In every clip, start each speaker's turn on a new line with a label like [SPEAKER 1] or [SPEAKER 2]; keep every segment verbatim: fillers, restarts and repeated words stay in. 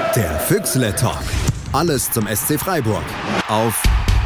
[SPEAKER 1] Der Füchsle Talk. Alles zum S C Freiburg auf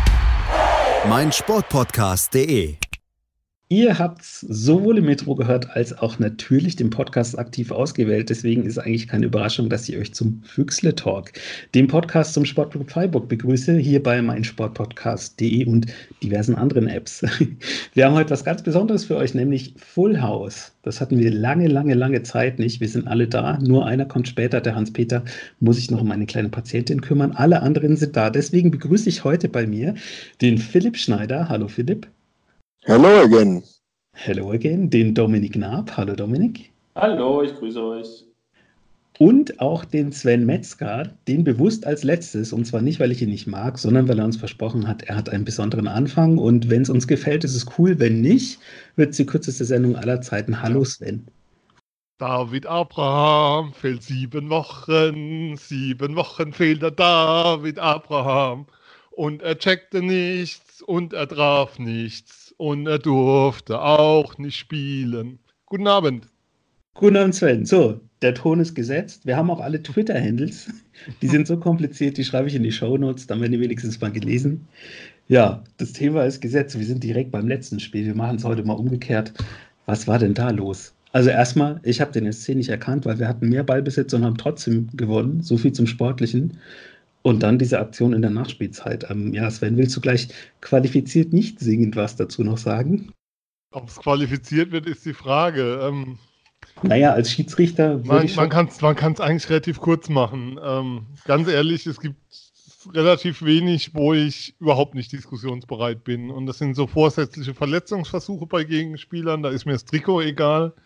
[SPEAKER 1] meinsportpodcast punkt de.
[SPEAKER 2] Ihr habt sowohl im Intro gehört, als auch natürlich den Podcast aktiv ausgewählt. Deswegen ist eigentlich keine Überraschung, dass ich euch zum Füchsle Talk, dem Podcast zum Sportclub Freiburg, begrüße, hier bei meinsportpodcast punkt de und diversen anderen Apps. Wir haben heute was ganz Besonderes für euch, nämlich Full House. Das hatten wir lange, lange, lange Zeit nicht. Wir sind alle da. Nur einer kommt später, der Hans-Peter, muss sich noch um eine kleine Patientin kümmern. Alle anderen sind da. Deswegen begrüße ich heute bei mir den Philipp Schneider. Hallo Philipp.
[SPEAKER 3] Hello again.
[SPEAKER 2] Hello again, den Dominik Naab. Hallo Dominik.
[SPEAKER 4] Hallo, ich grüße euch.
[SPEAKER 2] Und auch den Sven Metzger, den bewusst als letztes, und zwar nicht, weil ich ihn nicht mag, sondern weil er uns versprochen hat, er hat einen besonderen Anfang und wenn es uns gefällt, ist es cool, wenn nicht, wird es die kürzeste Sendung aller Zeiten. Hallo Sven.
[SPEAKER 5] David Abraham fehlt sieben Wochen, sieben Wochen fehlt der David Abraham und er checkte nichts und er traf nichts. Und er durfte auch nicht spielen. Guten Abend.
[SPEAKER 2] Guten Abend, Sven. So, der Ton ist gesetzt. Wir haben auch alle Twitter-Handles. Die sind so kompliziert, die schreibe ich in die Shownotes, dann werden die wenigstens mal gelesen. Ja, das Thema ist gesetzt. Wir sind direkt beim letzten Spiel. Wir machen es heute mal umgekehrt. Was war denn da los? Also erstmal, ich habe den S C nicht erkannt, weil wir hatten mehr Ballbesitz und haben trotzdem gewonnen. So viel zum Sportlichen. Und dann diese Aktion in der Nachspielzeit. Ähm, ja, Sven, willst du gleich qualifiziert nicht singend was dazu noch sagen?
[SPEAKER 5] Ob es qualifiziert wird, ist die Frage. Ähm,
[SPEAKER 2] naja, als Schiedsrichter würde
[SPEAKER 5] man,
[SPEAKER 2] ich schon...
[SPEAKER 5] Man kann es man kann's eigentlich relativ kurz machen. Ähm, ganz ehrlich, es gibt relativ wenig, wo ich überhaupt nicht diskussionsbereit bin. Und das sind so vorsätzliche Verletzungsversuche bei Gegenspielern. Da ist mir das Trikot egal.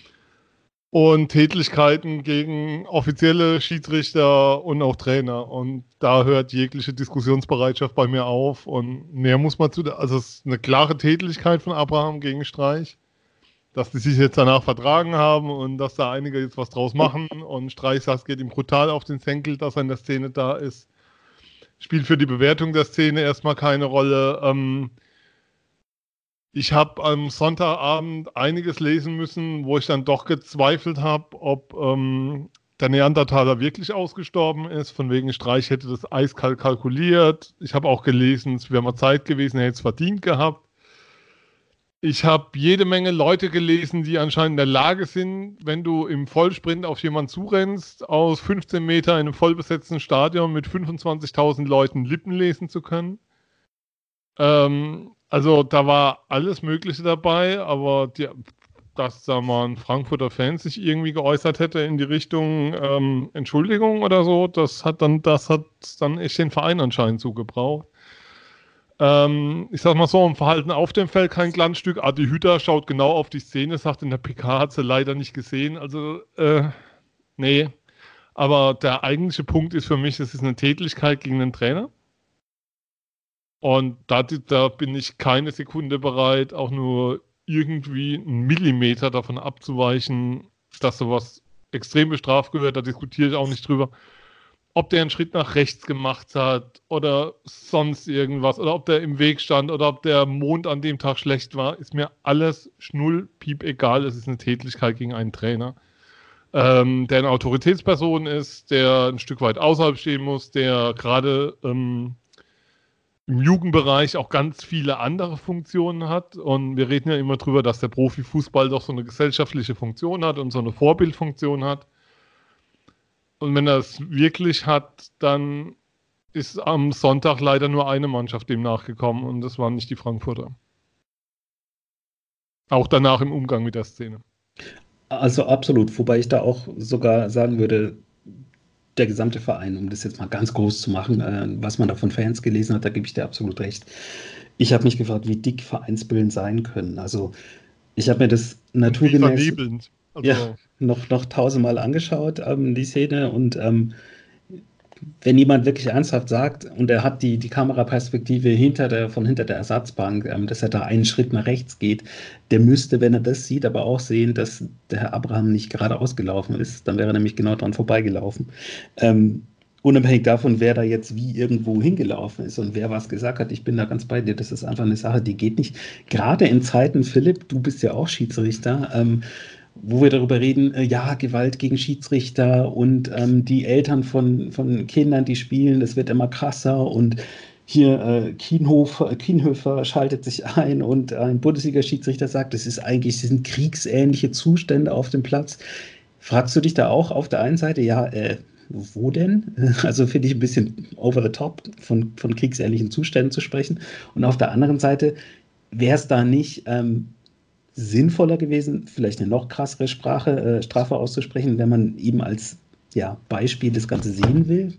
[SPEAKER 5] Und Tätlichkeiten gegen offizielle Schiedsrichter und auch Trainer. Und da hört jegliche Diskussionsbereitschaft bei mir auf. Und mehr muss man zu, also es ist eine klare Tätlichkeit von Abraham gegen Streich, dass die sich jetzt danach vertragen haben und dass da einige jetzt was draus machen. Und Streich sagt, es geht ihm brutal auf den Senkel, dass er in der Szene da ist. Spielt für die Bewertung der Szene erstmal keine Rolle. Ähm, Ich habe am Sonntagabend einiges lesen müssen, wo ich dann doch gezweifelt habe, ob ähm, der Neandertaler wirklich ausgestorben ist. Von wegen Streich hätte das eiskalt kalkuliert. Ich habe auch gelesen, es wäre mal Zeit gewesen, er hätte es verdient gehabt. Ich habe jede Menge Leute gelesen, die anscheinend in der Lage sind, wenn du im Vollsprint auf jemanden zurennst, aus fünfzehn Meter in einem vollbesetzten Stadion mit fünfundzwanzigtausend Leuten Lippen lesen zu können. Ähm... Also da war alles Mögliche dabei, aber die, dass da mal ein Frankfurter Fan sich irgendwie geäußert hätte in die Richtung ähm, Entschuldigung oder so, das hat dann das hat dann echt den Verein anscheinend zugebraucht. Ähm, ich sag mal so, im Verhalten auf dem Feld kein Glanzstück. Adi Hütter schaut genau auf die Szene, sagt in der P K, hat sie leider nicht gesehen. Also, äh, nee. Aber der eigentliche Punkt ist für mich, es ist eine Tätlichkeit gegen den Trainer. Und da, da bin ich keine Sekunde bereit, auch nur irgendwie einen Millimeter davon abzuweichen, dass sowas extrem bestraft gehört. Da diskutiere ich auch nicht drüber. Ob der einen Schritt nach rechts gemacht hat oder sonst irgendwas oder ob der im Weg stand oder ob der Mond an dem Tag schlecht war, ist mir alles schnull, piep egal. Es ist eine Tätlichkeit gegen einen Trainer, ähm, der eine Autoritätsperson ist, der ein Stück weit außerhalb stehen muss, der gerade... Ähm, im Jugendbereich auch ganz viele andere Funktionen hat. Und wir reden ja immer drüber, dass der Profifußball doch so eine gesellschaftliche Funktion hat und so eine Vorbildfunktion hat. Und wenn er es wirklich hat, dann ist am Sonntag leider nur eine Mannschaft dem nachgekommen und das waren nicht die Frankfurter. Auch danach im Umgang mit der Szene.
[SPEAKER 2] Also absolut, wobei ich da auch sogar sagen würde, der gesamte Verein, um das jetzt mal ganz groß zu machen, äh, was man da von Fans gelesen hat, da gebe ich dir absolut recht. Ich habe mich gefragt, wie dick Vereinsbillen sein können. Also ich habe mir das naturgemäß also ja, noch, noch tausendmal angeschaut, ähm, die Szene. Und ähm, wenn jemand wirklich ernsthaft sagt, und er hat die, die Kameraperspektive hinter der, von hinter der Ersatzbank, ähm, dass er da einen Schritt nach rechts geht, der müsste, wenn er das sieht, aber auch sehen, dass der Herr Abraham nicht geradeaus gelaufen ist. Dann wäre er nämlich genau dran vorbeigelaufen. Ähm, unabhängig davon, wer da jetzt wie irgendwo hingelaufen ist und wer was gesagt hat, ich bin da ganz bei dir. Das ist einfach eine Sache, die geht nicht. Gerade in Zeiten, Philipp, du bist ja auch Schiedsrichter, ähm, wo wir darüber reden, äh, ja, Gewalt gegen Schiedsrichter und ähm, die Eltern von, von Kindern, die spielen, das wird immer krasser und hier äh, Kienhofer, Kienhöfer schaltet sich ein und ein Bundesliga-Schiedsrichter sagt, es ist eigentlich, es sind kriegsähnliche Zustände auf dem Platz. Fragst du dich da auch auf der einen Seite, ja, äh, wo denn? Also finde ich ein bisschen over the top, von, von kriegsähnlichen Zuständen zu sprechen. Und auf der anderen Seite, wäre es da nicht ähm, sinnvoller gewesen, vielleicht eine noch krassere Sprache, äh, Strafe auszusprechen, wenn man eben als ja, Beispiel das Ganze sehen will?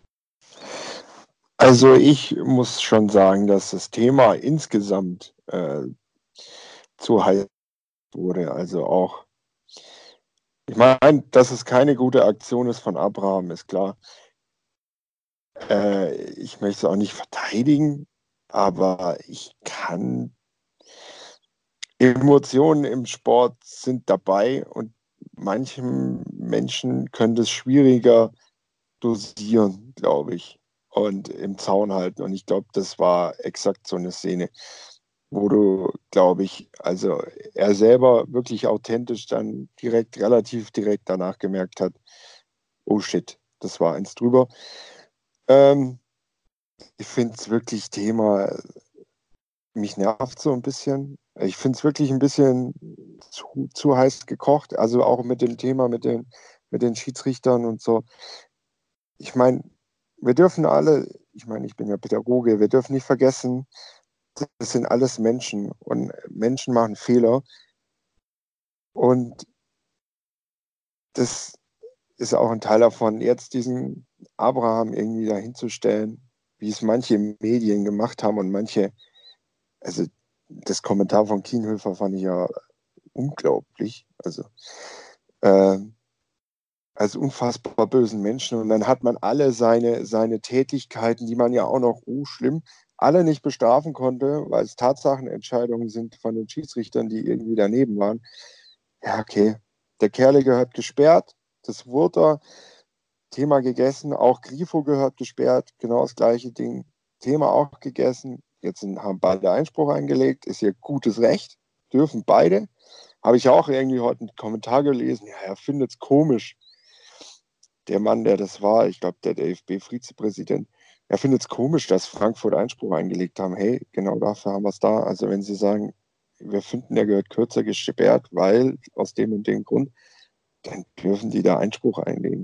[SPEAKER 3] Also ich muss schon sagen, dass das Thema insgesamt äh, zu heiß wurde. Also auch, ich meine, dass es keine gute Aktion ist von Abraham, ist klar. Äh, ich möchte es auch nicht verteidigen, aber ich kann, Emotionen im Sport sind dabei und manchen Menschen können das schwieriger dosieren, glaube ich, und im Zaun halten. Und ich glaube, das war exakt so eine Szene, wo du, glaube ich, also er selber wirklich authentisch dann direkt, relativ direkt danach gemerkt hat, oh shit, das war eins drüber. Ähm, ich finde es wirklich Thema, mich nervt so ein bisschen. Ich finde es wirklich ein bisschen zu, zu heiß gekocht, also auch mit dem Thema, mit den, mit den Schiedsrichtern und so. Ich meine, wir dürfen alle, ich meine, ich bin ja Pädagoge, wir dürfen nicht vergessen, das sind alles Menschen und Menschen machen Fehler. Und das ist auch ein Teil davon, jetzt diesen Abraham irgendwie dahinzustellen, wie es manche Medien gemacht haben und manche, also das Kommentar von Kienhöfer fand ich ja unglaublich, also äh, als unfassbar bösen Menschen. Und dann hat man alle seine, seine Tätigkeiten, die man ja auch noch, oh schlimm, alle nicht bestrafen konnte, weil es Tatsachenentscheidungen sind von den Schiedsrichtern, die irgendwie daneben waren. Ja, okay, der Kerle gehört gesperrt, das wurde er, Thema gegessen, auch Grifo gehört gesperrt, genau das gleiche Ding, Thema auch gegessen. Jetzt haben beide Einspruch eingelegt, ist ihr gutes Recht, dürfen beide. Habe ich auch irgendwie heute einen Kommentar gelesen, ja, er findet es komisch. Der Mann, der das war, ich glaube, der D F B-Vizepräsident, er findet es komisch, dass Frankfurt Einspruch eingelegt haben. Hey, genau dafür haben wir es da. Also wenn sie sagen, wir finden, der gehört kürzer gesperrt, weil aus dem und dem Grund, dann dürfen die da Einspruch einlegen.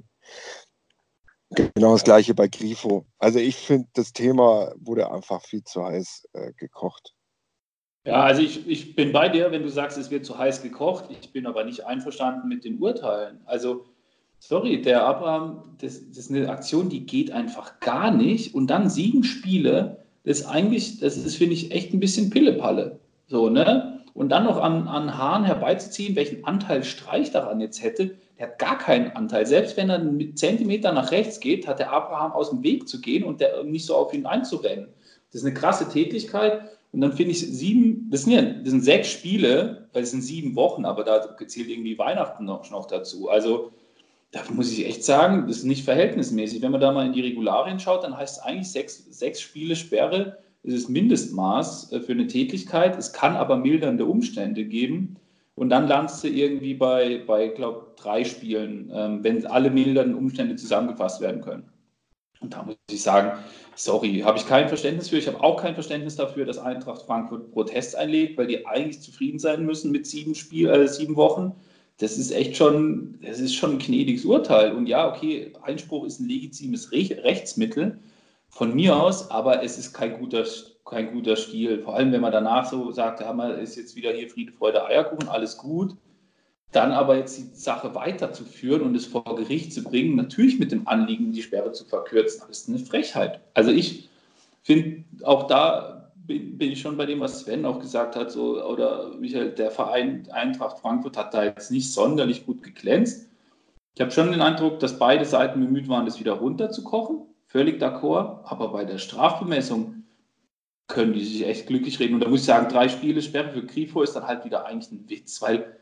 [SPEAKER 3] Genau das Gleiche bei Grifo. Also ich finde, das Thema wurde einfach viel zu heiß äh, gekocht.
[SPEAKER 4] Ja, also ich, ich bin bei dir, wenn du sagst, es wird zu heiß gekocht. Ich bin aber nicht einverstanden mit den Urteilen. Also, sorry, der Abraham, das, das ist eine Aktion, die geht einfach gar nicht. Und dann sieben Spiele, das ist eigentlich, das ist, finde ich, echt ein bisschen Pillepalle. So, ne? Und dann noch an, an Hahn herbeizuziehen, welchen Anteil Streich daran jetzt hätte, der hat gar keinen Anteil. Selbst wenn er mit Zentimeter nach rechts geht, hat der Abraham aus dem Weg zu gehen und der nicht so auf ihn einzurennen. Das ist eine krasse Tätigkeit. Und dann finde ich sieben, das sind, ja, das sind sechs Spiele, weil es sind sieben Wochen, aber da zählt irgendwie Weihnachten noch, noch dazu. Also da muss ich echt sagen, das ist nicht verhältnismäßig. Wenn man da mal in die Regularien schaut, dann heißt es eigentlich sechs, sechs Spiele Sperre, das ist Mindestmaß für eine Tätigkeit. Es kann aber mildernde Umstände geben. Und dann landest du irgendwie bei, bei glaube ich, drei Spielen, ähm, wenn alle mildernden Umstände zusammengefasst werden können. Und da muss ich sagen, sorry, habe ich kein Verständnis für. Ich habe auch kein Verständnis dafür, dass Eintracht Frankfurt Protest einlegt, weil die eigentlich zufrieden sein müssen mit sieben, Spiel, äh, sieben Wochen. Das ist echt schon, das ist schon ein gnädiges Urteil. Und ja, okay, Einspruch ist ein legitimes Re- Rechtsmittel von mir aus, aber es ist kein guter, kein guter Stil. Vor allem, wenn man danach so sagt, ja, man ist jetzt wieder hier Friede, Freude, Eierkuchen, alles gut. Dann aber jetzt die Sache weiterzuführen und es vor Gericht zu bringen, natürlich mit dem Anliegen, die Sperre zu verkürzen, das ist eine Frechheit. Also ich finde, auch da bin, bin ich schon bei dem, was Sven auch gesagt hat, so, oder Michael, der Verein Eintracht Frankfurt hat da jetzt nicht sonderlich gut geglänzt. Ich habe schon den Eindruck, dass beide Seiten bemüht waren, das wieder runterzukochen, völlig d'accord, aber bei der Strafbemessung können die sich echt glücklich reden. Und da muss ich sagen, drei Spiele Sperre für Grifo ist dann halt wieder eigentlich ein Witz, weil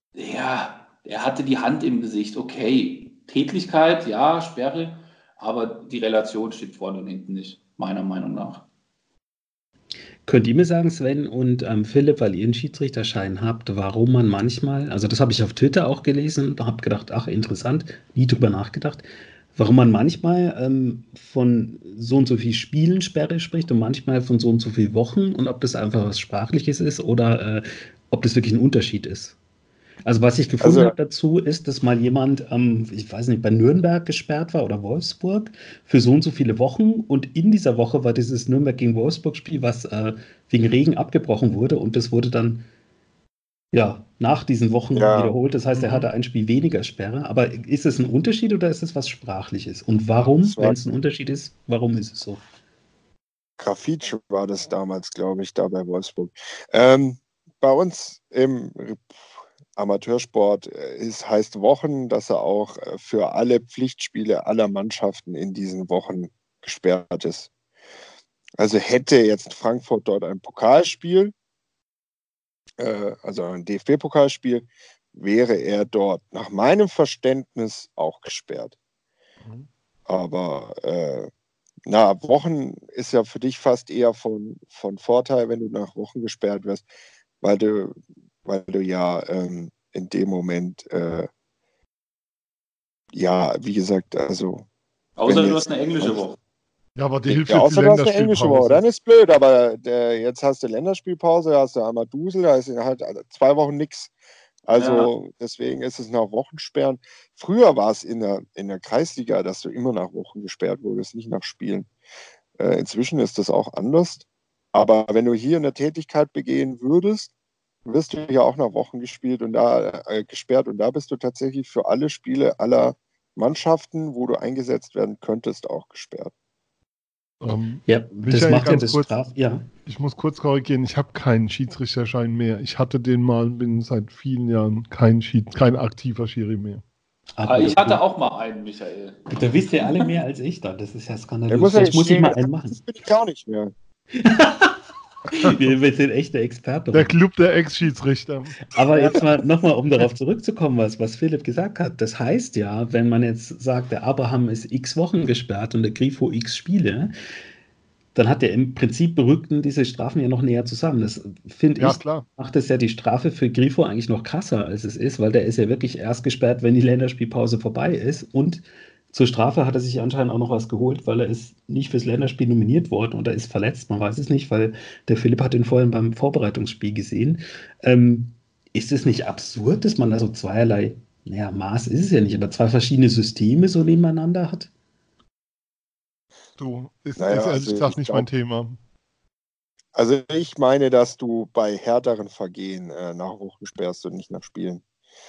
[SPEAKER 4] ja, er hatte die Hand im Gesicht. Okay, Tätlichkeit, ja, Sperre, aber die Relation stimmt vorne und hinten nicht, meiner Meinung nach.
[SPEAKER 2] Könnt ihr mir sagen, Sven und ähm, Philipp, weil ihr einen Schiedsrichterschein habt, warum man manchmal, also das habe ich auf Twitter auch gelesen, da habe gedacht, ach interessant, nie drüber nachgedacht, warum man manchmal ähm, von so und so viel Spielen Sperre spricht und manchmal von so und so viel Wochen und ob das einfach was Sprachliches ist oder äh, ob das wirklich ein Unterschied ist. Also was ich gefunden
[SPEAKER 3] Also,
[SPEAKER 2] habe dazu, ist, dass mal jemand, ähm, ich weiß nicht, bei Nürnberg gesperrt war oder Wolfsburg für so und so viele Wochen und in dieser Woche war dieses Nürnberg gegen Wolfsburg-Spiel, was äh, wegen Regen abgebrochen wurde und das wurde dann ja nach diesen Wochen
[SPEAKER 3] ja,
[SPEAKER 2] wiederholt. Das heißt, er hatte
[SPEAKER 5] Mhm.
[SPEAKER 2] ein Spiel weniger Sperre. Aber ist es ein Unterschied oder ist es was Sprachliches? Und warum,
[SPEAKER 3] es
[SPEAKER 2] wenn
[SPEAKER 3] war
[SPEAKER 2] es ein Unterschied ist, warum ist es so?
[SPEAKER 3] Grafitsch war das damals, glaube ich, da bei Wolfsburg. Ähm, bei uns im Amateursport äh, ist, heißt Wochen, dass er auch äh, für alle Pflichtspiele aller Mannschaften in diesen Wochen gesperrt ist. Also hätte jetzt Frankfurt dort ein Pokalspiel, äh, also ein D F B-Pokalspiel, wäre er dort nach meinem Verständnis auch gesperrt.
[SPEAKER 5] Mhm.
[SPEAKER 3] Aber äh, na, Wochen ist ja für dich fast eher von, von Vorteil, wenn du nach Wochen gesperrt wirst, weil du, weil du ja ähm, in dem Moment, äh, ja, wie gesagt, also wenn
[SPEAKER 4] Außer du
[SPEAKER 3] jetzt
[SPEAKER 4] hast eine englische Woche.
[SPEAKER 5] Ja, aber die hilft
[SPEAKER 3] ja,
[SPEAKER 5] jetzt die
[SPEAKER 3] außer du hast eine englische Woche, dann
[SPEAKER 5] Länderspielpause.
[SPEAKER 3] ist blöd, aber der, jetzt hast du Länderspielpause, hast du einmal Dusel, da ist halt zwei Wochen nichts.
[SPEAKER 4] Ja,
[SPEAKER 3] Also deswegen ist es nach Wochen sperren. Früher war es in der, in der Kreisliga, dass du immer nach Wochen gesperrt wurdest, nicht nach Spielen. Äh, inzwischen ist das auch anders. Aber wenn du hier eine Tätigkeit begehen würdest, wirst du ja auch nach Wochen gespielt und da äh, gesperrt. Und da bist du tatsächlich für alle Spiele aller Mannschaften, wo du eingesetzt werden könntest, auch gesperrt.
[SPEAKER 5] Ähm,
[SPEAKER 2] Ja, das
[SPEAKER 5] Michael,
[SPEAKER 2] macht ja
[SPEAKER 5] ganz
[SPEAKER 2] das
[SPEAKER 5] kurz,
[SPEAKER 2] Straf... Ja.
[SPEAKER 5] ich muss kurz korrigieren, ich habe keinen Schiedsrichterschein mehr. Ich hatte den mal, bin seit vielen Jahren kein, Schied, kein aktiver Schiri mehr.
[SPEAKER 2] Ah,
[SPEAKER 4] Ah,
[SPEAKER 2] gut,
[SPEAKER 4] ich hatte
[SPEAKER 2] okay.
[SPEAKER 4] auch mal einen, Michael.
[SPEAKER 2] Da wisst ihr alle mehr als ich dann. Das ist ja
[SPEAKER 3] Ich
[SPEAKER 2] skandalös.
[SPEAKER 3] muss ja
[SPEAKER 2] Vielleicht muss ich
[SPEAKER 3] gestehen,
[SPEAKER 2] mal einen machen.
[SPEAKER 3] das bin ich auch nicht mehr.
[SPEAKER 2] Wir, wir sind echte Experten.
[SPEAKER 5] Der Club der Ex-Schiedsrichter.
[SPEAKER 2] Aber jetzt mal nochmal, um darauf zurückzukommen, was, was Philipp gesagt hat. Das heißt ja, wenn man jetzt sagt, der Abraham ist x Wochen gesperrt und der Grifo x Spiele, dann hat er im Prinzip berückten diese Strafen ja noch näher zusammen. Das finde
[SPEAKER 5] Ja,
[SPEAKER 2] ich,
[SPEAKER 5] klar.
[SPEAKER 2] macht es ja die Strafe für Grifo eigentlich noch krasser, als es ist, weil der ist ja wirklich erst gesperrt, wenn die Länderspielpause vorbei ist. Und zur Strafe hat er sich anscheinend auch noch was geholt, weil er ist nicht fürs Länderspiel nominiert worden oder ist verletzt. Man weiß es nicht, weil der Philipp hat ihn vorhin beim Vorbereitungsspiel gesehen. Ähm, ist es nicht absurd, dass man also zweierlei, naja, Maß ist es ja nicht, aber zwei verschiedene Systeme so nebeneinander hat?
[SPEAKER 5] Du, ist,
[SPEAKER 3] Naja,
[SPEAKER 5] ist ehrlich
[SPEAKER 3] also
[SPEAKER 5] gesagt
[SPEAKER 3] ich
[SPEAKER 5] nicht mein
[SPEAKER 3] glaube,
[SPEAKER 5] Thema.
[SPEAKER 3] also ich meine, dass du bei härteren Vergehen äh, nach Wochen sperrst und nicht nach Spielen.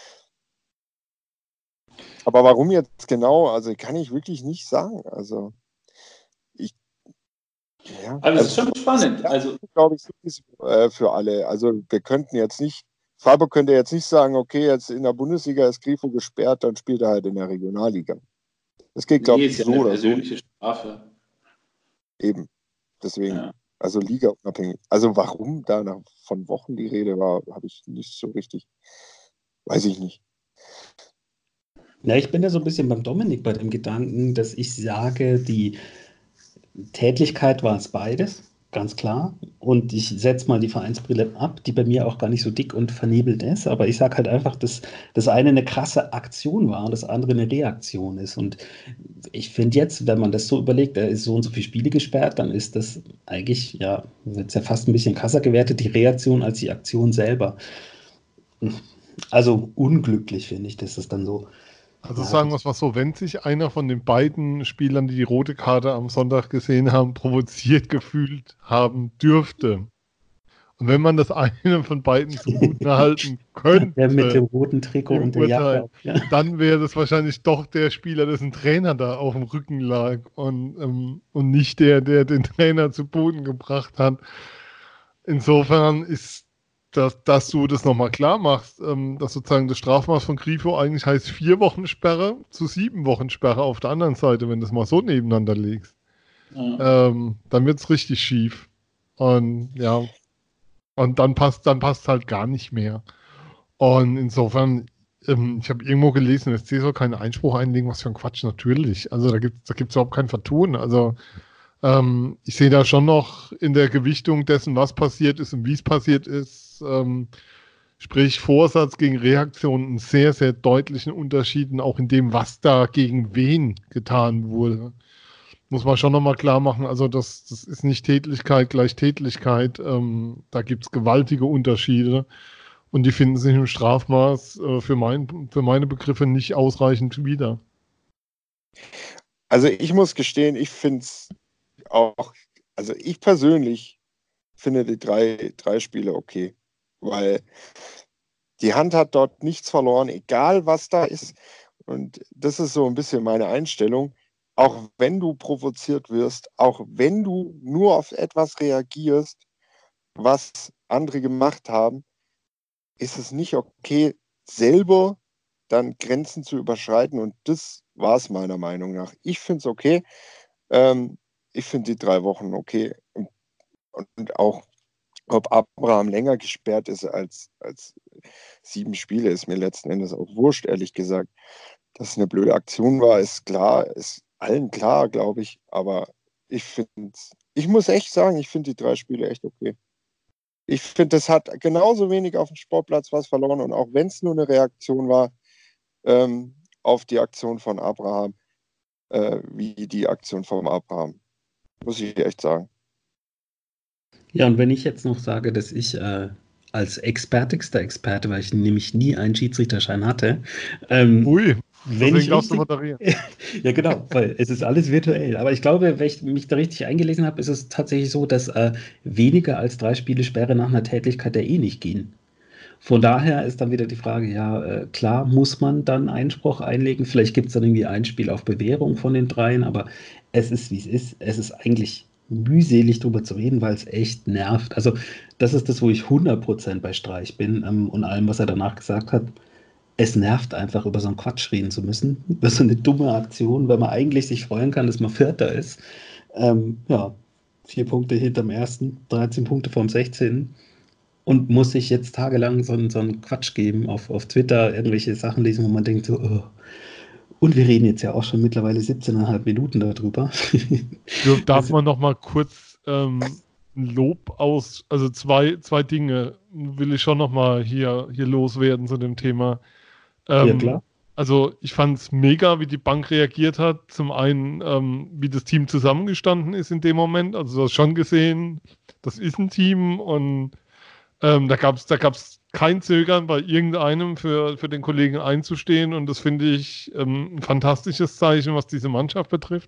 [SPEAKER 3] Aber warum jetzt genau, also kann ich wirklich nicht sagen. Also ich, ja,
[SPEAKER 4] Aber es ist
[SPEAKER 3] also
[SPEAKER 4] schon spannend. Also,
[SPEAKER 3] glaube ich, sowieso, äh, für alle. Also wir könnten jetzt nicht, Freiburg könnte jetzt nicht sagen, okay, jetzt in der Bundesliga ist Grifo gesperrt, dann spielt er halt in der Regionalliga. Das geht, glaube
[SPEAKER 4] nee,
[SPEAKER 3] ich,
[SPEAKER 4] ist ja
[SPEAKER 3] so
[SPEAKER 4] eine
[SPEAKER 3] oder so
[SPEAKER 4] persönliche Strafe.
[SPEAKER 3] eben. Deswegen,
[SPEAKER 4] Ja.
[SPEAKER 3] also Liga unabhängig. Also warum da nach, von Wochen die Rede war, habe ich nicht so richtig, weiß ich nicht.
[SPEAKER 2] Ja, ich bin ja so ein bisschen beim Dominik bei dem Gedanken, dass ich sage, die Tätlichkeit war es beides, ganz klar. Und ich setze mal die Vereinsbrille ab, die bei mir auch gar nicht so dick und vernebelt ist. Aber ich sage halt einfach, dass das eine eine krasse Aktion war und das andere eine Reaktion ist. Und ich finde jetzt, wenn man das so überlegt, er ist so und so viele Spiele gesperrt, dann ist das eigentlich, ja, wird es ja fast ein bisschen krasser gewertet, die Reaktion als die Aktion selber. Also unglücklich finde ich, dass das dann so.
[SPEAKER 5] Also
[SPEAKER 2] Ja,
[SPEAKER 5] sagen wir es mal so, wenn sich einer von den beiden Spielern, die die rote Karte am Sonntag gesehen haben, provoziert gefühlt haben dürfte, und wenn man das eine von beiden zu gut erhalten
[SPEAKER 2] der mit dem
[SPEAKER 5] könnte
[SPEAKER 2] roten Trikot
[SPEAKER 5] im
[SPEAKER 2] und der Jacke
[SPEAKER 5] Urteil,
[SPEAKER 2] auf. Ja.
[SPEAKER 5] dann wäre das wahrscheinlich doch der Spieler, dessen Trainer da auf dem Rücken lag und, ähm, und nicht der, der den Trainer zu Boden gebracht hat. Insofern ist das, dass du das nochmal klar machst, ähm, dass sozusagen das Strafmaß von Grifo eigentlich heißt vier Wochen Sperre zu sieben Wochen Sperre auf der anderen Seite, wenn du das mal so nebeneinander legst.
[SPEAKER 4] Ja.
[SPEAKER 5] Ähm, dann wird es richtig schief. Und ja, und dann passt, dann passt halt gar nicht mehr. Und insofern, ähm, ich habe irgendwo gelesen, S C soll keinen Einspruch einlegen, was für ein Quatsch, natürlich. Also da gibt es da gibt's überhaupt kein Vertun. Also Ähm, ich sehe da schon noch in der Gewichtung dessen, was passiert ist und wie es passiert ist, ähm, sprich Vorsatz gegen Reaktion, einen sehr, sehr deutlichen Unterschieden, auch in dem, was da gegen wen getan wurde. Muss man schon nochmal klar machen, also das, das ist nicht Tätlichkeit gleich Tätlichkeit, ähm, da gibt es gewaltige Unterschiede und die finden sich im Strafmaß äh, für, mein, für meine Begriffe nicht ausreichend wieder.
[SPEAKER 3] Also ich muss gestehen, ich finde es auch, also ich persönlich finde die drei, drei Spiele okay, weil die Hand hat dort nichts verloren, egal was da ist. Und das ist so ein bisschen meine Einstellung. Auch wenn du provoziert wirst, auch wenn du nur auf etwas reagierst, was andere gemacht haben, ist es nicht okay, selber dann Grenzen zu überschreiten. Und das war es meiner Meinung nach. Ich finde es okay. Ähm, ich finde die drei Wochen okay. Und, und auch, ob Abraham länger gesperrt ist als, als sieben Spiele, ist mir letzten Endes auch wurscht, ehrlich gesagt. Dass es eine blöde Aktion war, ist klar, ist allen klar, glaube ich. Aber ich finde, ich muss echt sagen, ich finde die drei Spiele echt okay. Ich finde, das hat genauso wenig auf dem Sportplatz was verloren. Und auch wenn es nur eine Reaktion war ähm, auf die Aktion von Abraham, äh, wie die Aktion von Abraham. Muss ich echt sagen.
[SPEAKER 2] Ja, und wenn ich jetzt noch sage, dass ich äh, als expertigster Experte, weil ich nämlich nie einen Schiedsrichterschein hatte, ähm,
[SPEAKER 5] Ui,
[SPEAKER 2] wenn
[SPEAKER 5] deswegen
[SPEAKER 2] ich
[SPEAKER 5] darfst du
[SPEAKER 2] richtig,
[SPEAKER 5] moderieren.
[SPEAKER 2] ja genau, weil es ist alles virtuell. Aber ich glaube, wenn ich mich da richtig eingelesen habe, ist es tatsächlich so, dass äh, weniger als drei Spiele Sperre nach einer Tätlichkeit ja eh nicht gehen. Von daher ist dann wieder die Frage, ja, äh, klar muss man dann Einspruch einlegen. Vielleicht gibt es dann irgendwie ein Spiel auf Bewährung von den dreien, aber es ist, wie es ist. Es ist eigentlich mühselig drüber zu reden, weil es echt nervt. Also das ist das, wo ich hundert Prozent bei Streich bin ähm, und allem, was er danach gesagt hat. Es nervt einfach, über so einen Quatsch reden zu müssen. Über so eine dumme Aktion, weil man eigentlich sich freuen kann, dass man Vierter ist. Ähm, ja, vier Punkte hinterm ersten, dreizehn Punkte vom sechzehnten und muss sich jetzt tagelang so, einen- so einen Quatsch geben, auf, auf Twitter irgendwelche Sachen lesen, wo man denkt so, oh. Und wir reden jetzt ja auch schon mittlerweile siebzehn Komma fünf Minuten darüber.
[SPEAKER 5] Darf
[SPEAKER 2] Das-
[SPEAKER 5] man noch mal kurz ähm, ein Lob aus, also zwei, zwei Dinge will ich schon noch mal hier, hier loswerden zu dem Thema. Ähm,
[SPEAKER 2] Ja, klar.
[SPEAKER 5] Also ich fand es mega, wie die Bank reagiert hat. Zum einen, ähm, wie das Team zusammengestanden ist in dem Moment. Also du hast schon gesehen, das ist ein Team und ähm, da gab es da gab's kein Zögern bei irgendeinem für, für den Kollegen einzustehen und das finde ich ähm, ein fantastisches Zeichen, was diese Mannschaft betrifft.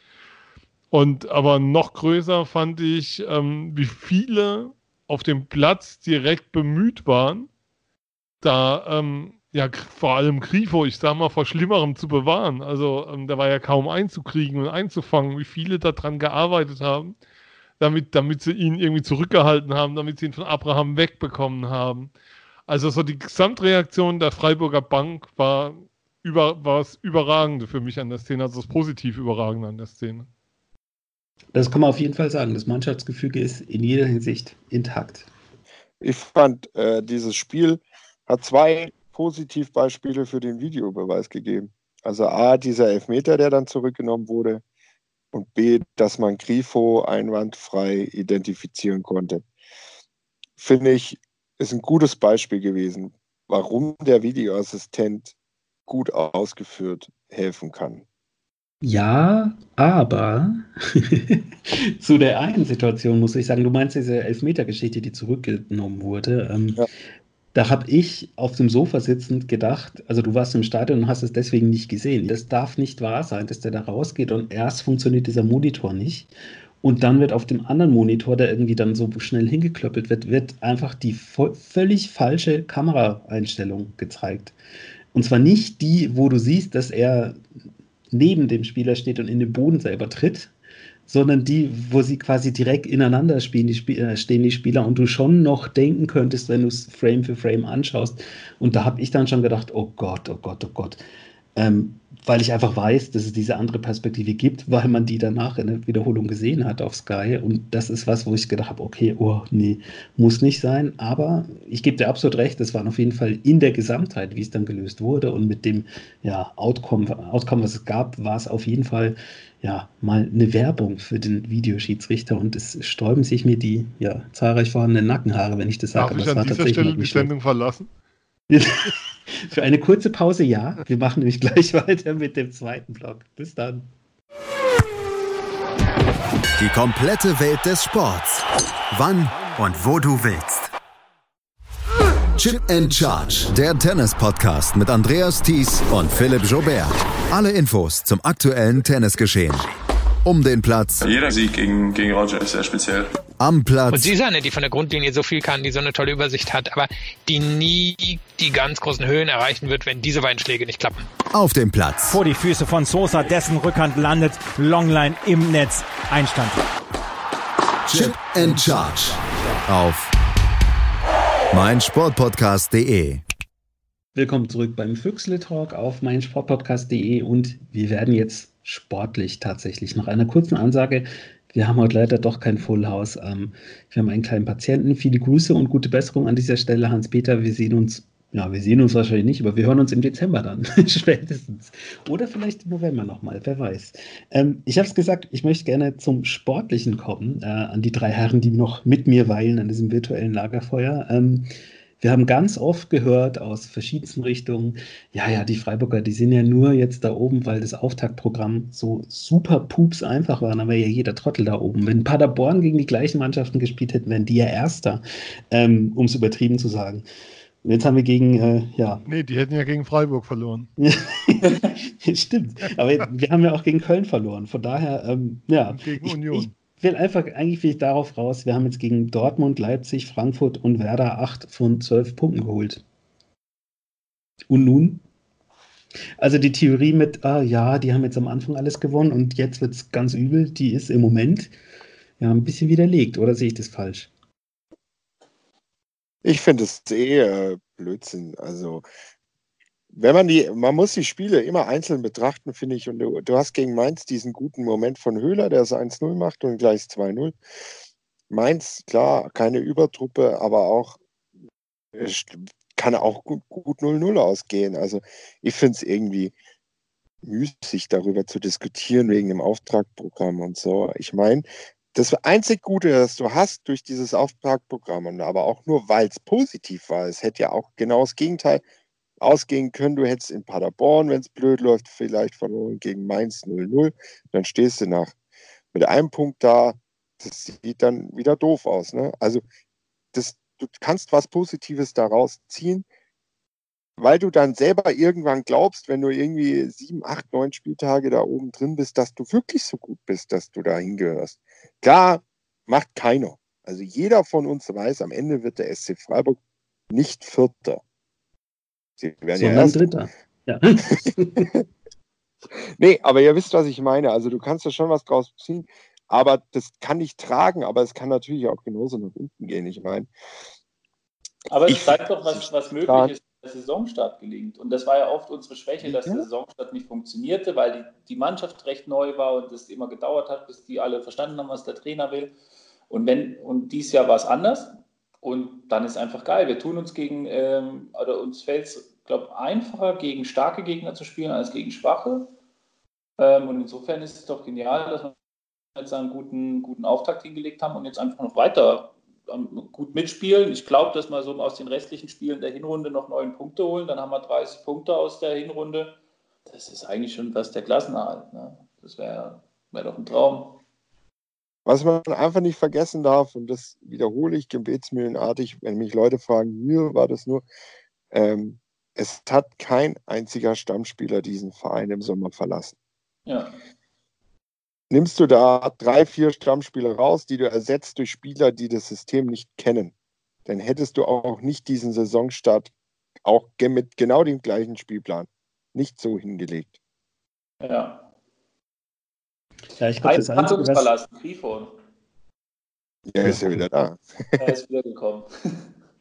[SPEAKER 5] Und aber noch größer fand ich, ähm, wie viele auf dem Platz direkt bemüht waren, da ähm, ja k- vor allem Grifo, ich sag mal, vor Schlimmerem zu bewahren. Also ähm, der war ja kaum einzukriegen und einzufangen, wie viele daran gearbeitet haben, damit, damit sie ihn irgendwie zurückgehalten haben, damit sie ihn von Abraham wegbekommen haben. Also so die Gesamtreaktion der Freiburger Bank war, über, war das Überragende für mich an der Szene, also das positiv Überragende an der Szene.
[SPEAKER 2] Das kann man auf jeden Fall sagen. Das Mannschaftsgefüge ist in jeder Hinsicht intakt.
[SPEAKER 3] Ich fand, äh, dieses Spiel hat zwei Positivbeispiele für den Videobeweis gegeben. Also A, dieser Elfmeter, der dann zurückgenommen wurde, und B, dass man Grifo einwandfrei identifizieren konnte. Finde ich, ist ein gutes Beispiel gewesen, warum der Videoassistent gut ausgeführt helfen kann.
[SPEAKER 2] Ja, aber zu der einen Situation muss ich sagen, du meinst diese Elfmeter-Geschichte, die zurückgenommen wurde. Ähm,
[SPEAKER 3] Ja.
[SPEAKER 2] Da habe ich auf dem Sofa sitzend gedacht, also du warst im Stadion und hast es deswegen nicht gesehen. Das darf nicht wahr sein, dass der da rausgeht und erst funktioniert dieser Monitor nicht. Und dann wird auf dem anderen Monitor, der irgendwie dann so schnell hingeklöppelt wird, wird einfach die vo- völlig falsche Kameraeinstellung gezeigt. Und zwar nicht die, wo du siehst, dass er neben dem Spieler steht und in den Boden selber tritt, sondern die, wo sie quasi direkt ineinander spielen, die Spie äh, stehen die Spieler und du schon noch denken könntest, wenn du es Frame für Frame anschaust. Und da habe ich dann schon gedacht, oh Gott, oh Gott, oh Gott. Ähm, weil ich einfach weiß, dass es diese andere Perspektive gibt, weil man die danach in der Wiederholung gesehen hat auf Sky. Und das ist was, wo ich gedacht habe, okay, oh nee, muss nicht sein. Aber ich gebe dir absolut recht, das waren auf jeden Fall in der Gesamtheit, wie es dann gelöst wurde und mit dem ja, Outcome, Outcome, was es gab, war es auf jeden Fall ja mal eine Werbung für den Videoschiedsrichter. Und es sträuben sich mir die ja zahlreich vorhandenen Nackenhaare, wenn ich das sage.
[SPEAKER 5] Darf ich an dieser Stelle die Sendung verlassen?
[SPEAKER 2] Für eine kurze Pause, ja. Wir machen nämlich gleich weiter mit dem zweiten Block. Bis dann.
[SPEAKER 1] Die komplette Welt des Sports. Wann und wo du willst. Chip and Charge. Der Tennis-Podcast mit Andreas Thies und Philipp Joubert. Alle Infos zum aktuellen Tennisgeschehen. Um den Platz.
[SPEAKER 6] Jeder Sieg gegen, gegen Roger ist sehr speziell.
[SPEAKER 1] Am Platz.
[SPEAKER 7] Und sie ist eine, die von der Grundlinie so viel kann, die so eine tolle Übersicht hat, aber die nie die ganz großen Höhen erreichen wird, wenn diese beiden Schläge nicht klappen.
[SPEAKER 1] Auf dem Platz.
[SPEAKER 8] Vor die Füße von Sosa, dessen Rückhand landet, Longline im Netz, Einstand.
[SPEAKER 1] Chip and Charge. Auf meinsportpodcast punkt de.
[SPEAKER 2] Willkommen zurück beim Füchsle Talk auf meinsportpodcast punkt de und wir werden jetzt sportlich tatsächlich. Nach einer kurzen Ansage, wir haben heute leider doch kein Full House. Ähm, wir haben einen kleinen Patienten. Viele Grüße und gute Besserung an dieser Stelle, Hans-Peter. Wir sehen uns, ja, wir sehen uns wahrscheinlich nicht, aber wir hören uns im Dezember dann, spätestens. Oder vielleicht im November nochmal, wer weiß. Ähm, ich habe es gesagt, ich möchte gerne zum Sportlichen kommen, äh, an die drei Herren, die noch mit mir weilen an diesem virtuellen Lagerfeuer. Ähm, Wir haben ganz oft gehört aus verschiedensten Richtungen, ja, ja, die Freiburger, die sind ja nur jetzt da oben, weil das Auftaktprogramm so super pups einfach war. Da wäre ja jeder Trottel da oben. Wenn Paderborn gegen die gleichen Mannschaften gespielt hätten, wären die ja Erster, ähm, um es übertrieben zu sagen. Und jetzt haben wir gegen, äh, ja.
[SPEAKER 5] Nee, die hätten ja gegen Freiburg verloren.
[SPEAKER 2] Stimmt, aber wir haben ja auch gegen Köln verloren. Von daher, ähm, ja.
[SPEAKER 5] Und gegen
[SPEAKER 2] ich,
[SPEAKER 5] Union.
[SPEAKER 2] Ich, Ich will einfach, eigentlich will ich darauf raus, wir haben jetzt gegen Dortmund, Leipzig, Frankfurt und Werder acht von zwölf Punkten geholt. Und nun? Also die Theorie mit, ah, ja, die haben jetzt am Anfang alles gewonnen und jetzt wird es ganz übel, die ist im Moment ja ein bisschen widerlegt, oder sehe ich das falsch?
[SPEAKER 3] Ich finde es eh äh, Blödsinn. Also wenn man die, man muss die Spiele immer einzeln betrachten, finde ich. Und du, du hast gegen Mainz diesen guten Moment von Höhler, der es eins null macht und gleich zwei null. Mainz, klar, keine Übertruppe, aber auch kann auch gut, gut null null ausgehen. Also ich finde es irgendwie müßig, darüber zu diskutieren wegen dem Auftragprogramm und so. Ich meine, das einzig Gute, das du hast durch dieses Auftragprogramm, und aber auch nur, weil es positiv war, es hätte ja auch genau das Gegenteil ausgehen können. Du hättest in Paderborn, wenn es blöd läuft, vielleicht verloren gegen Mainz null null. Dann stehst du nach mit einem Punkt da. Das sieht dann wieder doof aus. Ne? Also das, du kannst was Positives daraus ziehen, weil du dann selber irgendwann glaubst, wenn du irgendwie sieben, acht, neun Spieltage da oben drin bist, dass du wirklich so gut bist, dass du da hingehörst. Klar, macht keiner. Also jeder von uns weiß, am Ende wird der S C Freiburg nicht Vierter. Sie werden
[SPEAKER 2] Sondern
[SPEAKER 3] ja erst
[SPEAKER 2] Dritter. Ja.
[SPEAKER 3] Nee, aber ihr wisst, was ich meine. Also du kannst da schon was draus ziehen, aber das kann nicht tragen, aber es kann natürlich auch genauso nach unten gehen, ich meine.
[SPEAKER 4] Aber es
[SPEAKER 3] ich,
[SPEAKER 4] zeigt doch, was, was möglich ist, wenn der Saisonstart gelingt. Und das war ja oft unsere Schwäche, dass
[SPEAKER 3] ja.
[SPEAKER 4] der Saisonstart nicht funktionierte, weil die, die Mannschaft recht neu war und es immer gedauert hat, bis die alle verstanden haben, was der Trainer will. Und, wenn, und dieses Jahr war es anders. Und dann ist einfach geil. Wir tun uns gegen, ähm, oder uns fällt es, glaube ich, einfacher, gegen starke Gegner zu spielen, als gegen schwache. Ähm, und insofern ist es doch genial, dass wir jetzt einen guten, guten Auftakt hingelegt haben und jetzt einfach noch weiter ähm, gut mitspielen. Ich glaube, dass wir so aus den restlichen Spielen der Hinrunde noch neun Punkte holen. Dann haben wir dreißig Punkte aus der Hinrunde. Das ist eigentlich schon fast der Klassenerhalt. Ne? Das wäre wär doch ein Traum.
[SPEAKER 3] Was man einfach nicht vergessen darf, und das wiederhole ich gebetsmühlenartig, wenn mich Leute fragen, mir war das nur, ähm, es hat kein einziger Stammspieler diesen Verein im Sommer verlassen.
[SPEAKER 4] Ja.
[SPEAKER 3] Nimmst du da drei, vier Stammspieler raus, die du ersetzt durch Spieler, die das System nicht kennen, dann hättest du auch nicht diesen Saisonstart auch mit genau dem gleichen Spielplan nicht so hingelegt.
[SPEAKER 4] Ja.
[SPEAKER 2] Ja, ich glaube, das Einzige, was...
[SPEAKER 4] verlassen, Grifo.
[SPEAKER 3] Ja, ist ja wieder da.
[SPEAKER 4] Er ist wieder gekommen.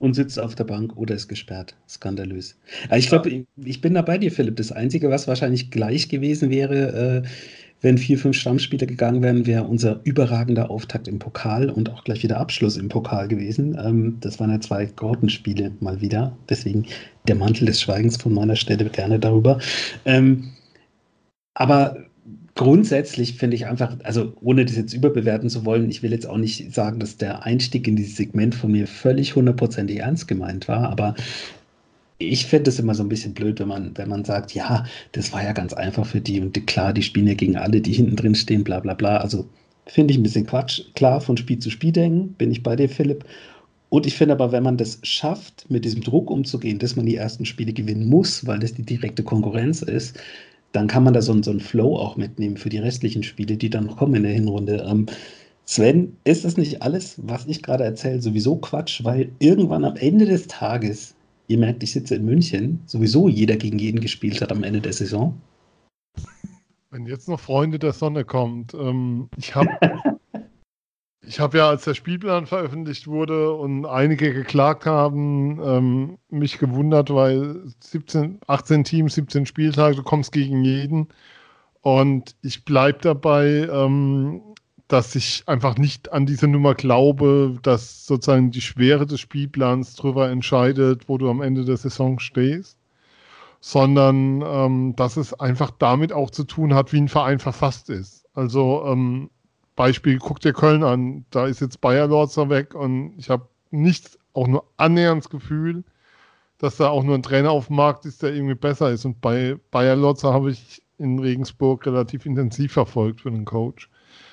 [SPEAKER 2] und sitzt auf der Bank oder ist gesperrt. Skandalös. Aber ich glaube, ich, ich bin da bei dir, Philipp. Das Einzige, was wahrscheinlich gleich gewesen wäre, äh, wenn vier, fünf Stammspieler gegangen wären, wäre unser überragender Auftakt im Pokal und auch gleich wieder Abschluss im Pokal gewesen. Ähm, das waren ja zwei Grottenspiele mal wieder. Deswegen der Mantel des Schweigens von meiner Stelle gerne darüber. Ähm, aber grundsätzlich finde ich einfach, also ohne das jetzt überbewerten zu wollen, ich will jetzt auch nicht sagen, dass der Einstieg in dieses Segment von mir völlig hundertprozentig ernst gemeint war, aber ich finde es immer so ein bisschen blöd, wenn man, wenn man sagt, ja, das war ja ganz einfach für die und die, klar, die spielen ja gegen alle, die hinten drin stehen, bla bla bla. Also finde ich ein bisschen Quatsch. Klar, von Spiel zu Spiel denken, bin ich bei dir, Philipp. Und ich finde aber, wenn man das schafft, mit diesem Druck umzugehen, dass man die ersten Spiele gewinnen muss, weil das die direkte Konkurrenz ist, dann kann man da so, einen- so einen Flow auch mitnehmen für die restlichen Spiele, die dann noch kommen in der Hinrunde. Ähm, Sven, ist das nicht alles, was ich gerade erzähle, sowieso Quatsch, weil irgendwann am Ende des Tages, ihr merkt, ich sitze in München, sowieso jeder gegen jeden gespielt hat am Ende der Saison?
[SPEAKER 5] Wenn jetzt noch Freunde der Sonne kommt, ähm, ich habe ich hab ja, als der Spielplan veröffentlicht wurde und einige geklagt haben, ähm, mich gewundert, weil siebzehn, achtzehn Teams, siebzehn Spieltage, du kommst gegen jeden. Und ich bleibe dabei, ähm, dass ich einfach nicht an diese Nummer glaube, dass sozusagen die Schwere des Spielplans darüber entscheidet, wo du am Ende der Saison stehst, sondern ähm, dass es einfach damit auch zu tun hat, wie ein Verein verfasst ist. Also ähm, Beispiel, guck dir Köln an, da ist jetzt Bayer Lorzer weg und ich habe nicht auch nur annähernd das Gefühl, dass da auch nur ein Trainer auf dem Markt ist, der irgendwie besser ist. Und bei Bayer Lorzer habe ich in Regensburg relativ intensiv verfolgt für den Coach.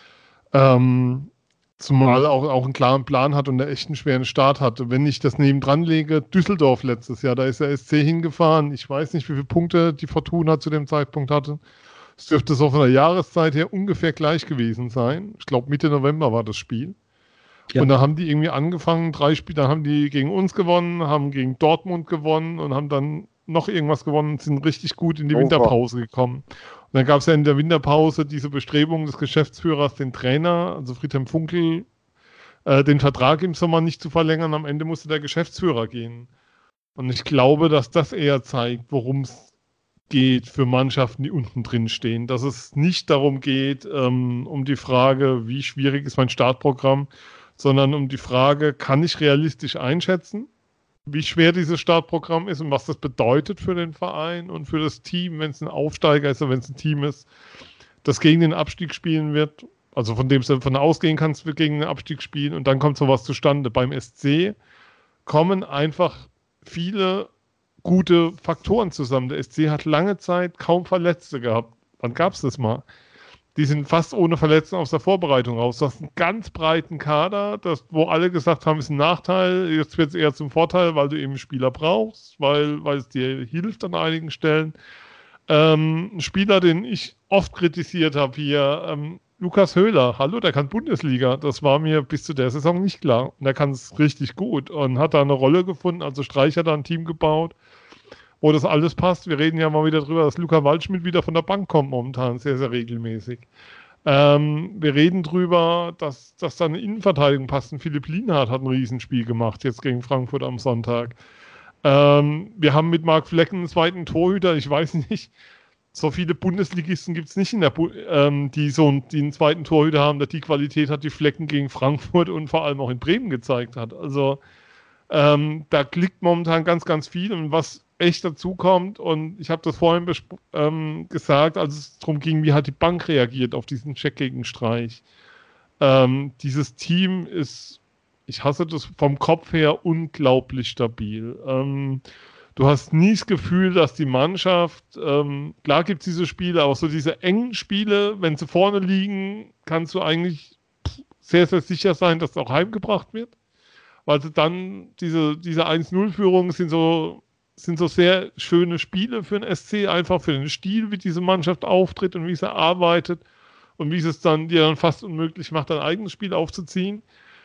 [SPEAKER 5] Ähm, zumal auch, auch einen klaren Plan hat und einen echten schweren Start hatte. Wenn ich das nebendran lege, Düsseldorf letztes Jahr, da ist der S C hingefahren. Ich weiß nicht, wie viele Punkte die Fortuna zu dem Zeitpunkt hatte. Es dürfte so von der Jahreszeit her ungefähr gleich gewesen sein. Ich glaube, Mitte November war das Spiel. Ja. Und da haben die irgendwie angefangen, drei Spiele, dann haben die gegen uns gewonnen, haben gegen Dortmund gewonnen und haben dann noch irgendwas gewonnen und sind richtig gut in die
[SPEAKER 3] Over.
[SPEAKER 5] Winterpause gekommen. Und dann gab es ja in der Winterpause diese Bestrebung des Geschäftsführers, den Trainer, also Friedhelm Funkel, äh, den Vertrag im Sommer nicht zu verlängern. Am Ende musste der Geschäftsführer gehen. Und ich glaube, dass das eher zeigt, worum es geht für Mannschaften, die unten drin stehen. Dass es nicht darum geht, ähm, um die Frage, wie schwierig ist mein Startprogramm, sondern um die Frage, kann ich realistisch einschätzen, wie schwer dieses Startprogramm ist und was das bedeutet für den Verein und für das Team, wenn es ein Aufsteiger ist oder wenn es ein Team ist, das gegen den Abstieg spielen wird, also von dem du davon ausgehen kannst, wird gegen den Abstieg spielen und dann kommt sowas zustande. Beim S C kommen einfach viele gute Faktoren zusammen. Der S C hat lange Zeit kaum Verletzte gehabt. Wann gab es das mal? Die sind fast ohne Verletzten aus der Vorbereitung raus. Du hast einen ganz breiten Kader, das, wo alle gesagt haben, ist ein Nachteil. Jetzt wird es eher zum Vorteil, weil du eben Spieler brauchst, weil, weil es dir hilft an einigen Stellen. Ähm, ein Spieler, den ich oft kritisiert habe hier, ähm, Lukas Höhler. Hallo, der kann Bundesliga. Das war mir bis zu der Saison nicht klar. Und der kann es richtig gut und hat da eine Rolle gefunden. Also Streich hat da ein Team gebaut, wo das alles passt. Wir reden ja mal wieder drüber, dass Luca Waldschmidt wieder von der Bank kommt momentan, sehr, sehr regelmäßig. Ähm, wir reden drüber, dass, dass da eine Innenverteidigung passt. Und Philipp Lienhardt hat ein Riesenspiel gemacht, jetzt gegen Frankfurt am Sonntag. Ähm, wir haben mit Marc Flecken einen zweiten Torhüter. Ich weiß nicht, so viele Bundesligisten gibt es nicht, in der Bu- ähm, die so einen, die einen zweiten Torhüter haben, der die Qualität hat, die Flecken gegen Frankfurt und vor allem auch in Bremen gezeigt hat. Also ähm, da klickt momentan ganz, ganz viel. Und was echt dazu kommt, und ich habe das vorhin besp- ähm, gesagt, als es darum ging, wie hat die Bank reagiert auf diesen Check gegen Streich. Ähm, dieses Team ist, ich hasse das vom Kopf her, unglaublich stabil. Ähm, du hast nie das Gefühl, dass die Mannschaft, ähm, klar gibt es diese Spiele, aber so diese engen Spiele, wenn sie vorne liegen, kannst du eigentlich sehr, sehr sicher sein, dass es auch heimgebracht wird. Weil sie dann, diese, diese eins null Führungen sind so, sind so sehr schöne Spiele für den S C, einfach für den Stil, wie diese Mannschaft auftritt und wie sie arbeitet und wie sie es dann dir dann fast unmöglich macht, ein eigenes Spiel aufzuziehen.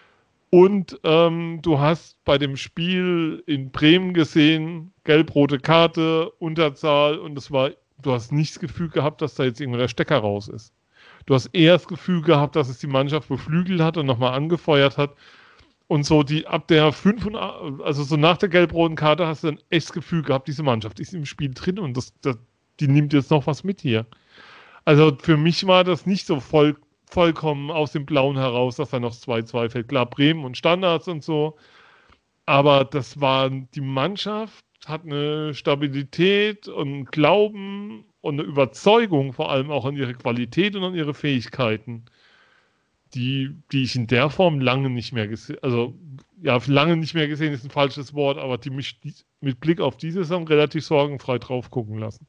[SPEAKER 5] Und ähm, du hast bei dem Spiel in Bremen gesehen, gelb-rote Karte, Unterzahl und es war, du hast nicht das Gefühl gehabt, dass da jetzt irgendwo der Stecker raus ist. Du hast eher das Gefühl gehabt, dass es die Mannschaft beflügelt hat und nochmal angefeuert hat. Und so die ab der fünfundachtzig, also so nach der gelb-roten Karte hast du ein echtes Gefühl gehabt, diese Mannschaft ist im Spiel drin und das, das, die nimmt jetzt noch was mit hier. Also für mich war das nicht so voll, vollkommen aus dem Blauen heraus, dass da noch zwei zwei fällt. Klar, Bremen und Standards und so, aber das war, die Mannschaft hat eine Stabilität und Glauben und eine Überzeugung vor allem auch an ihre Qualität und an ihre Fähigkeiten, die, die ich in der Form lange nicht mehr gesehen, also ja, lange nicht mehr gesehen ist ein falsches Wort, aber die mich die, mit Blick auf diese Saison relativ sorgenfrei drauf gucken lassen.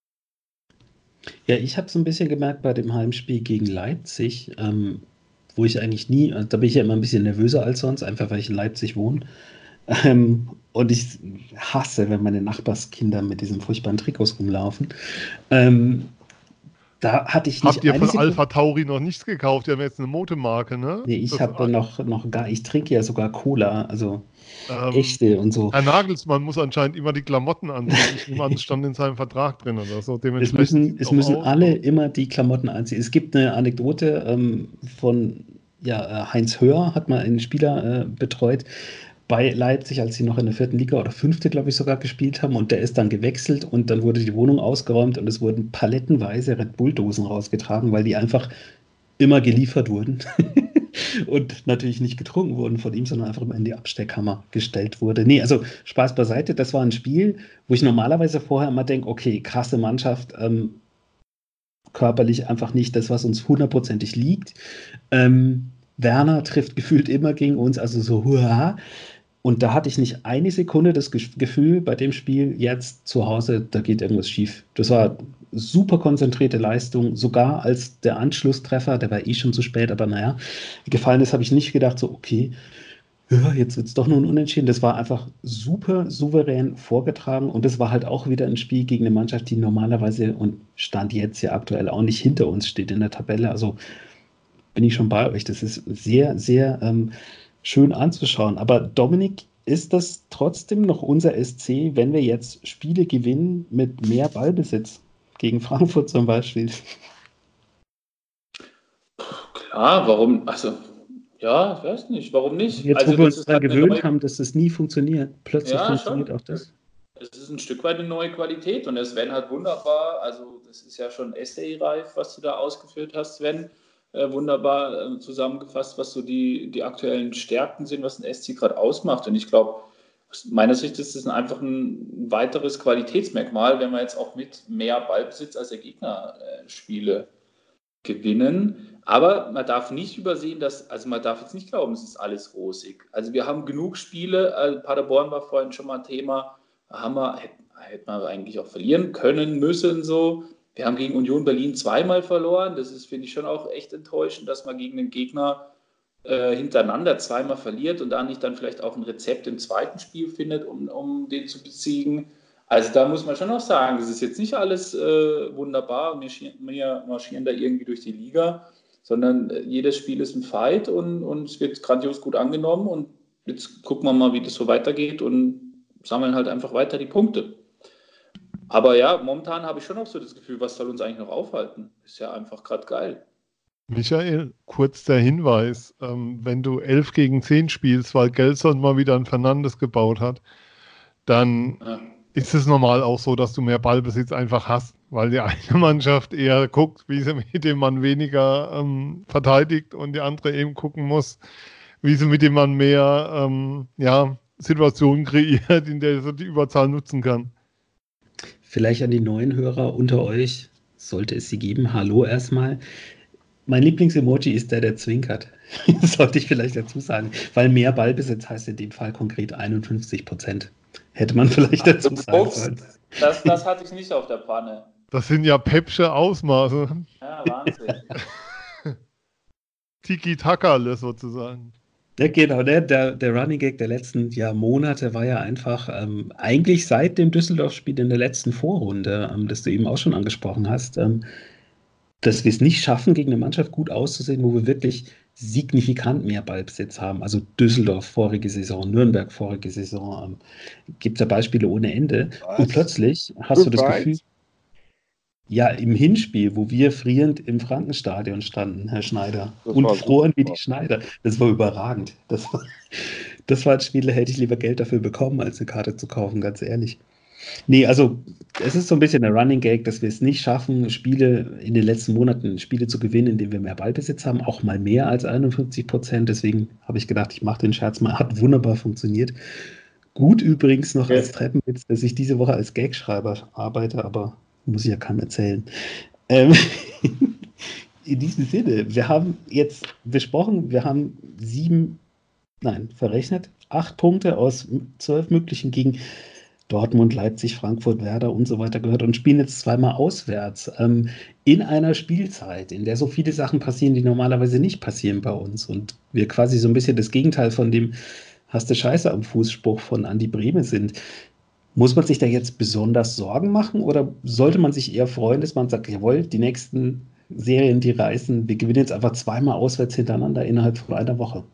[SPEAKER 2] Ja, ich habe so ein bisschen gemerkt bei dem Heimspiel gegen Leipzig, ähm, wo ich eigentlich nie, also da bin ich ja immer ein bisschen nervöser als sonst, einfach weil ich in Leipzig wohne. Ähm, und ich hasse, wenn meine Nachbarskinder mit diesen furchtbaren Trikots rumlaufen. Ähm, Da hatte ich nicht
[SPEAKER 5] Habt ihr
[SPEAKER 2] eine
[SPEAKER 5] von
[SPEAKER 2] Sekunde-
[SPEAKER 5] Alpha Tauri noch nichts gekauft? Die haben jetzt eine Modemarke, ne?
[SPEAKER 2] Nee, ich
[SPEAKER 5] Das-
[SPEAKER 2] habe noch, noch gar, ich trinke ja sogar Cola, also
[SPEAKER 5] ähm,
[SPEAKER 2] echte und so.
[SPEAKER 5] Herr Nagelsmann muss anscheinend immer die Klamotten anziehen. Ich nehme an, es stand in seinem Vertrag drin oder so.
[SPEAKER 2] Es
[SPEAKER 5] Dementsprechend
[SPEAKER 2] müssen,
[SPEAKER 5] sieht's
[SPEAKER 2] es
[SPEAKER 5] auch
[SPEAKER 2] müssen
[SPEAKER 5] aus.
[SPEAKER 2] alle immer die Klamotten anziehen. Es gibt eine Anekdote ähm, von ja, äh, Heinz Höher, hat mal einen Spieler äh, betreut bei Leipzig, als sie noch in der vierten Liga oder fünfte, glaube ich, sogar gespielt haben. Und der ist dann gewechselt und dann wurde die Wohnung ausgeräumt und es wurden palettenweise Red Bull-Dosen rausgetragen, weil die einfach immer geliefert wurden und natürlich nicht getrunken wurden von ihm, sondern einfach immer in die Abstellkammer gestellt wurde. Nee, also Spaß beiseite, das war ein Spiel, wo ich normalerweise vorher immer denke, okay, krasse Mannschaft, ähm, körperlich einfach nicht das, was uns hundertprozentig liegt. Ähm, Werner trifft gefühlt immer gegen uns, also so hurra. Und da hatte ich nicht eine Sekunde das Ge- Gefühl bei dem Spiel, jetzt zu Hause, da geht irgendwas schief. Das war super konzentrierte Leistung, sogar als der Anschlusstreffer, der war eh schon zu spät, aber naja, gefallen ist, habe ich nicht gedacht, so okay, ja, jetzt wird es doch nur ein Unentschieden. Das war einfach super souverän vorgetragen und das war halt auch wieder ein Spiel gegen eine Mannschaft, die normalerweise und Stand jetzt ja aktuell auch nicht hinter uns steht in der Tabelle. Also bin ich schon bei euch. Das ist sehr, sehr ähm, schön anzuschauen. Aber Dominik, ist das trotzdem noch unser S C, wenn wir jetzt Spiele gewinnen mit mehr Ballbesitz? Gegen Frankfurt zum Beispiel.
[SPEAKER 4] Klar, warum? Also, ja, ich weiß nicht, warum nicht?
[SPEAKER 2] Jetzt,
[SPEAKER 4] also,
[SPEAKER 2] wo wir
[SPEAKER 4] das
[SPEAKER 2] uns
[SPEAKER 4] ist
[SPEAKER 2] daran
[SPEAKER 4] halt eine
[SPEAKER 2] gewöhnt
[SPEAKER 4] neue-
[SPEAKER 2] haben, dass das nie funktioniert. Plötzlich
[SPEAKER 4] Ja,
[SPEAKER 2] funktioniert
[SPEAKER 4] schon.
[SPEAKER 2] auch das.
[SPEAKER 4] Es ist ein Stück weit eine neue Qualität und der Sven hat wunderbar, also das ist ja schon essayreif, was du da ausgeführt hast, Sven, äh, wunderbar äh, zusammengefasst, was so die, die aktuellen Stärken sind, was ein S C gerade ausmacht. Und ich glaube, aus meiner Sicht ist es einfach ein weiteres Qualitätsmerkmal, wenn wir jetzt auch mit mehr Ballbesitz als der Gegner äh, Spiele gewinnen. Aber man darf nicht übersehen, dass, also man darf jetzt nicht glauben, es ist alles rosig. Also wir haben genug Spiele, also Paderborn war vorhin schon mal ein Thema, haben wir, hätten, hätten wir eigentlich auch verlieren können, müssen so. Wir haben gegen Union Berlin zweimal verloren. Das ist, finde ich, schon auch echt enttäuschend, dass man gegen den Gegner äh, hintereinander zweimal verliert und da nicht dann vielleicht auch ein Rezept im zweiten Spiel findet, um, um den zu besiegen. Also da muss man schon auch sagen, das ist jetzt nicht alles äh, wunderbar und wir, schi- wir marschieren da irgendwie durch die Liga, sondern äh, jedes Spiel ist ein Fight und, und es wird grandios gut angenommen und jetzt gucken wir mal, wie das so weitergeht und sammeln halt einfach weiter die Punkte. Aber ja, momentan habe ich schon auch so das Gefühl, was soll uns eigentlich noch aufhalten? Ist ja einfach gerade geil.
[SPEAKER 5] Michael, kurz der Hinweis, ähm, wenn du elf gegen zehn spielst, weil Gelson mal wieder ein Fernandes gebaut hat, dann
[SPEAKER 4] Ja.
[SPEAKER 5] ist es normal auch so, dass du mehr Ballbesitz einfach hast, weil die eine Mannschaft eher guckt, wie sie mit dem Mann weniger ähm, verteidigt und die andere eben gucken muss, wie sie mit dem Mann mehr ähm, ja, Situationen kreiert, in der sie die Überzahl nutzen kann.
[SPEAKER 2] Vielleicht an die neuen Hörer unter euch, sollte es sie geben. Hallo erstmal. Mein Lieblingsemoji ist der, der zwinkert. Das sollte ich vielleicht dazu sagen. Weil mehr Ballbesitz heißt in dem Fall konkret einundfünfzig Prozent. Hätte man vielleicht
[SPEAKER 4] Ach,
[SPEAKER 2] dazu
[SPEAKER 4] du
[SPEAKER 2] sagen
[SPEAKER 4] guckst.
[SPEAKER 2] sollen.
[SPEAKER 4] Das, das hatte ich nicht auf der Pfanne.
[SPEAKER 5] Das sind ja Pepsche Ausmaße.
[SPEAKER 4] Ja, Wahnsinn.
[SPEAKER 5] Tiki-Taka sozusagen.
[SPEAKER 2] Ja, genau, ne? der, der Running Gag der letzten ja, Monate war ja einfach ähm, eigentlich seit dem Düsseldorf-Spiel in der letzten Vorrunde, ähm, das du eben auch schon angesprochen hast, ähm, dass wir es nicht schaffen, gegen eine Mannschaft gut auszusehen, wo wir wirklich signifikant mehr Ballbesitz haben. Also Düsseldorf vorige Saison, Nürnberg vorige Saison, ähm, gibt es da Beispiele ohne Ende.
[SPEAKER 3] Was?
[SPEAKER 2] Und plötzlich hast du das
[SPEAKER 3] Weit?
[SPEAKER 2] Gefühl, Ja, im Hinspiel, wo wir frierend im Frankenstadion standen, Herr Schneider.
[SPEAKER 3] Das
[SPEAKER 2] Und
[SPEAKER 3] war
[SPEAKER 2] froren wie
[SPEAKER 3] super.
[SPEAKER 2] die Schneider. Das war überragend. Das war, das war ein Spiel, da hätte ich lieber Geld dafür bekommen, als eine Karte zu kaufen, ganz ehrlich. Nee, also es ist so ein bisschen der Running Gag, dass wir es nicht schaffen, Spiele in den letzten Monaten Spiele zu gewinnen, indem wir mehr Ballbesitz haben, auch mal mehr als einundfünfzig Prozent. Deswegen habe ich gedacht, ich mache den Scherz mal. Hat wunderbar funktioniert. Gut übrigens noch
[SPEAKER 3] Ja.
[SPEAKER 2] als Treppenwitz, dass ich diese Woche als Gagschreiber arbeite, aber muss ich ja keinem erzählen. Ähm, in diesem Sinne, wir haben jetzt besprochen, wir haben sieben, nein, verrechnet, acht Punkte aus zwölf möglichen gegen Dortmund, Leipzig, Frankfurt, Werder und so weiter gehört und spielen jetzt zweimal auswärts. Ähm, in einer Spielzeit, in der so viele Sachen passieren, die normalerweise nicht passieren bei uns. Und wir quasi so ein bisschen das Gegenteil von dem Hast du Scheiße am Fußspruch von Andi Brehme sind. Muss man sich da jetzt besonders Sorgen machen oder sollte man sich eher freuen, dass man sagt, jawohl, die nächsten Serien, die reißen, wir gewinnen jetzt einfach zweimal auswärts hintereinander innerhalb von einer Woche?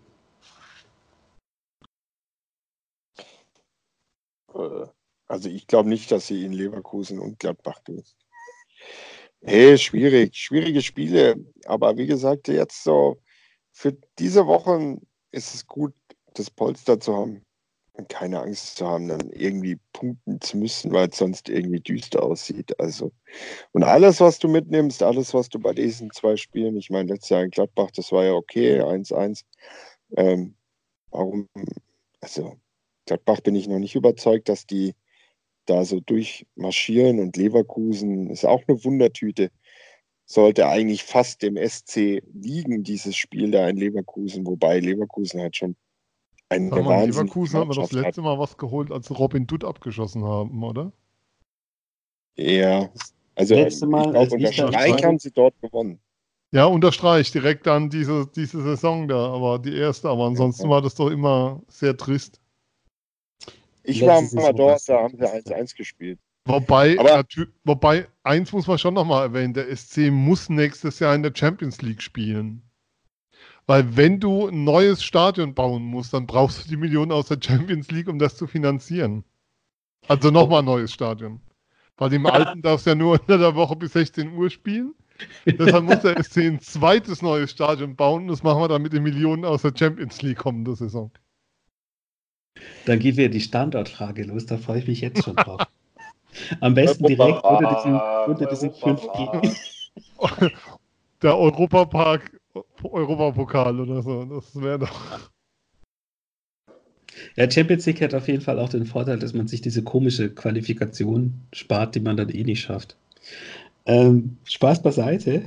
[SPEAKER 3] Also ich glaube nicht, dass sie in Leverkusen und Gladbach gewinnen. Hey, schwierig, schwierige Spiele. Aber wie gesagt, jetzt so für diese Wochen ist es gut, das Polster zu haben und keine Angst zu haben, dann irgendwie punkten zu müssen, weil es sonst irgendwie düster aussieht. Also, und alles, was du mitnimmst, alles, was du bei diesen zwei Spielen, ich meine, letztes Jahr in Gladbach, das war ja okay, eins eins. Ähm, warum, also Gladbach bin ich noch nicht überzeugt, dass die da so durchmarschieren und Leverkusen ist auch eine Wundertüte. Sollte eigentlich fast dem S C liegen, dieses Spiel da in Leverkusen, wobei Leverkusen halt schon eine
[SPEAKER 5] Sag mal,
[SPEAKER 3] wahnsinnige
[SPEAKER 5] Leverkusen haben wir das
[SPEAKER 3] Mannschaft
[SPEAKER 5] letzte Mal was geholt, als Robin Dutt abgeschossen haben, oder?
[SPEAKER 3] Ja, also
[SPEAKER 2] Letzte Mal,
[SPEAKER 3] ich
[SPEAKER 2] als
[SPEAKER 3] glaube, unter
[SPEAKER 2] ich da
[SPEAKER 3] Streich
[SPEAKER 2] war-
[SPEAKER 3] haben sie dort gewonnen.
[SPEAKER 5] Ja, unterstreich, direkt dann diese, diese Saison da, aber die erste, aber ansonsten
[SPEAKER 3] Ja.
[SPEAKER 5] war das doch immer sehr trist.
[SPEAKER 3] Ich
[SPEAKER 2] Letzte
[SPEAKER 3] war
[SPEAKER 2] Saison
[SPEAKER 3] mal dort,
[SPEAKER 2] war's
[SPEAKER 3] da haben sie
[SPEAKER 2] trist,
[SPEAKER 3] eins
[SPEAKER 2] ja.
[SPEAKER 3] eins gespielt.
[SPEAKER 5] Wobei,
[SPEAKER 3] Aber-
[SPEAKER 5] natü- wobei, eins muss man schon nochmal erwähnen, der S C muss nächstes Jahr in der Champions League spielen. Weil wenn du ein neues Stadion bauen musst, dann brauchst du die Millionen aus der Champions League, um das zu finanzieren. Also nochmal ein neues Stadion. Weil im alten darfst du ja nur unter der Woche bis sechzehn Uhr spielen. Deshalb muss der S C ein zweites neues Stadion bauen. Das machen wir dann mit den Millionen aus der Champions League kommende Saison.
[SPEAKER 2] Dann geht wieder die Standortfrage los, da freue ich mich jetzt schon drauf. Am besten direkt unter diesen, unter diesen fünf G.
[SPEAKER 5] Der Europapark, Europapokal oder so. Das wäre doch.
[SPEAKER 2] Ja, Champions League hat auf jeden Fall auch den Vorteil, dass man sich diese komische Qualifikation spart, die man dann eh nicht schafft. Ähm, Spaß beiseite.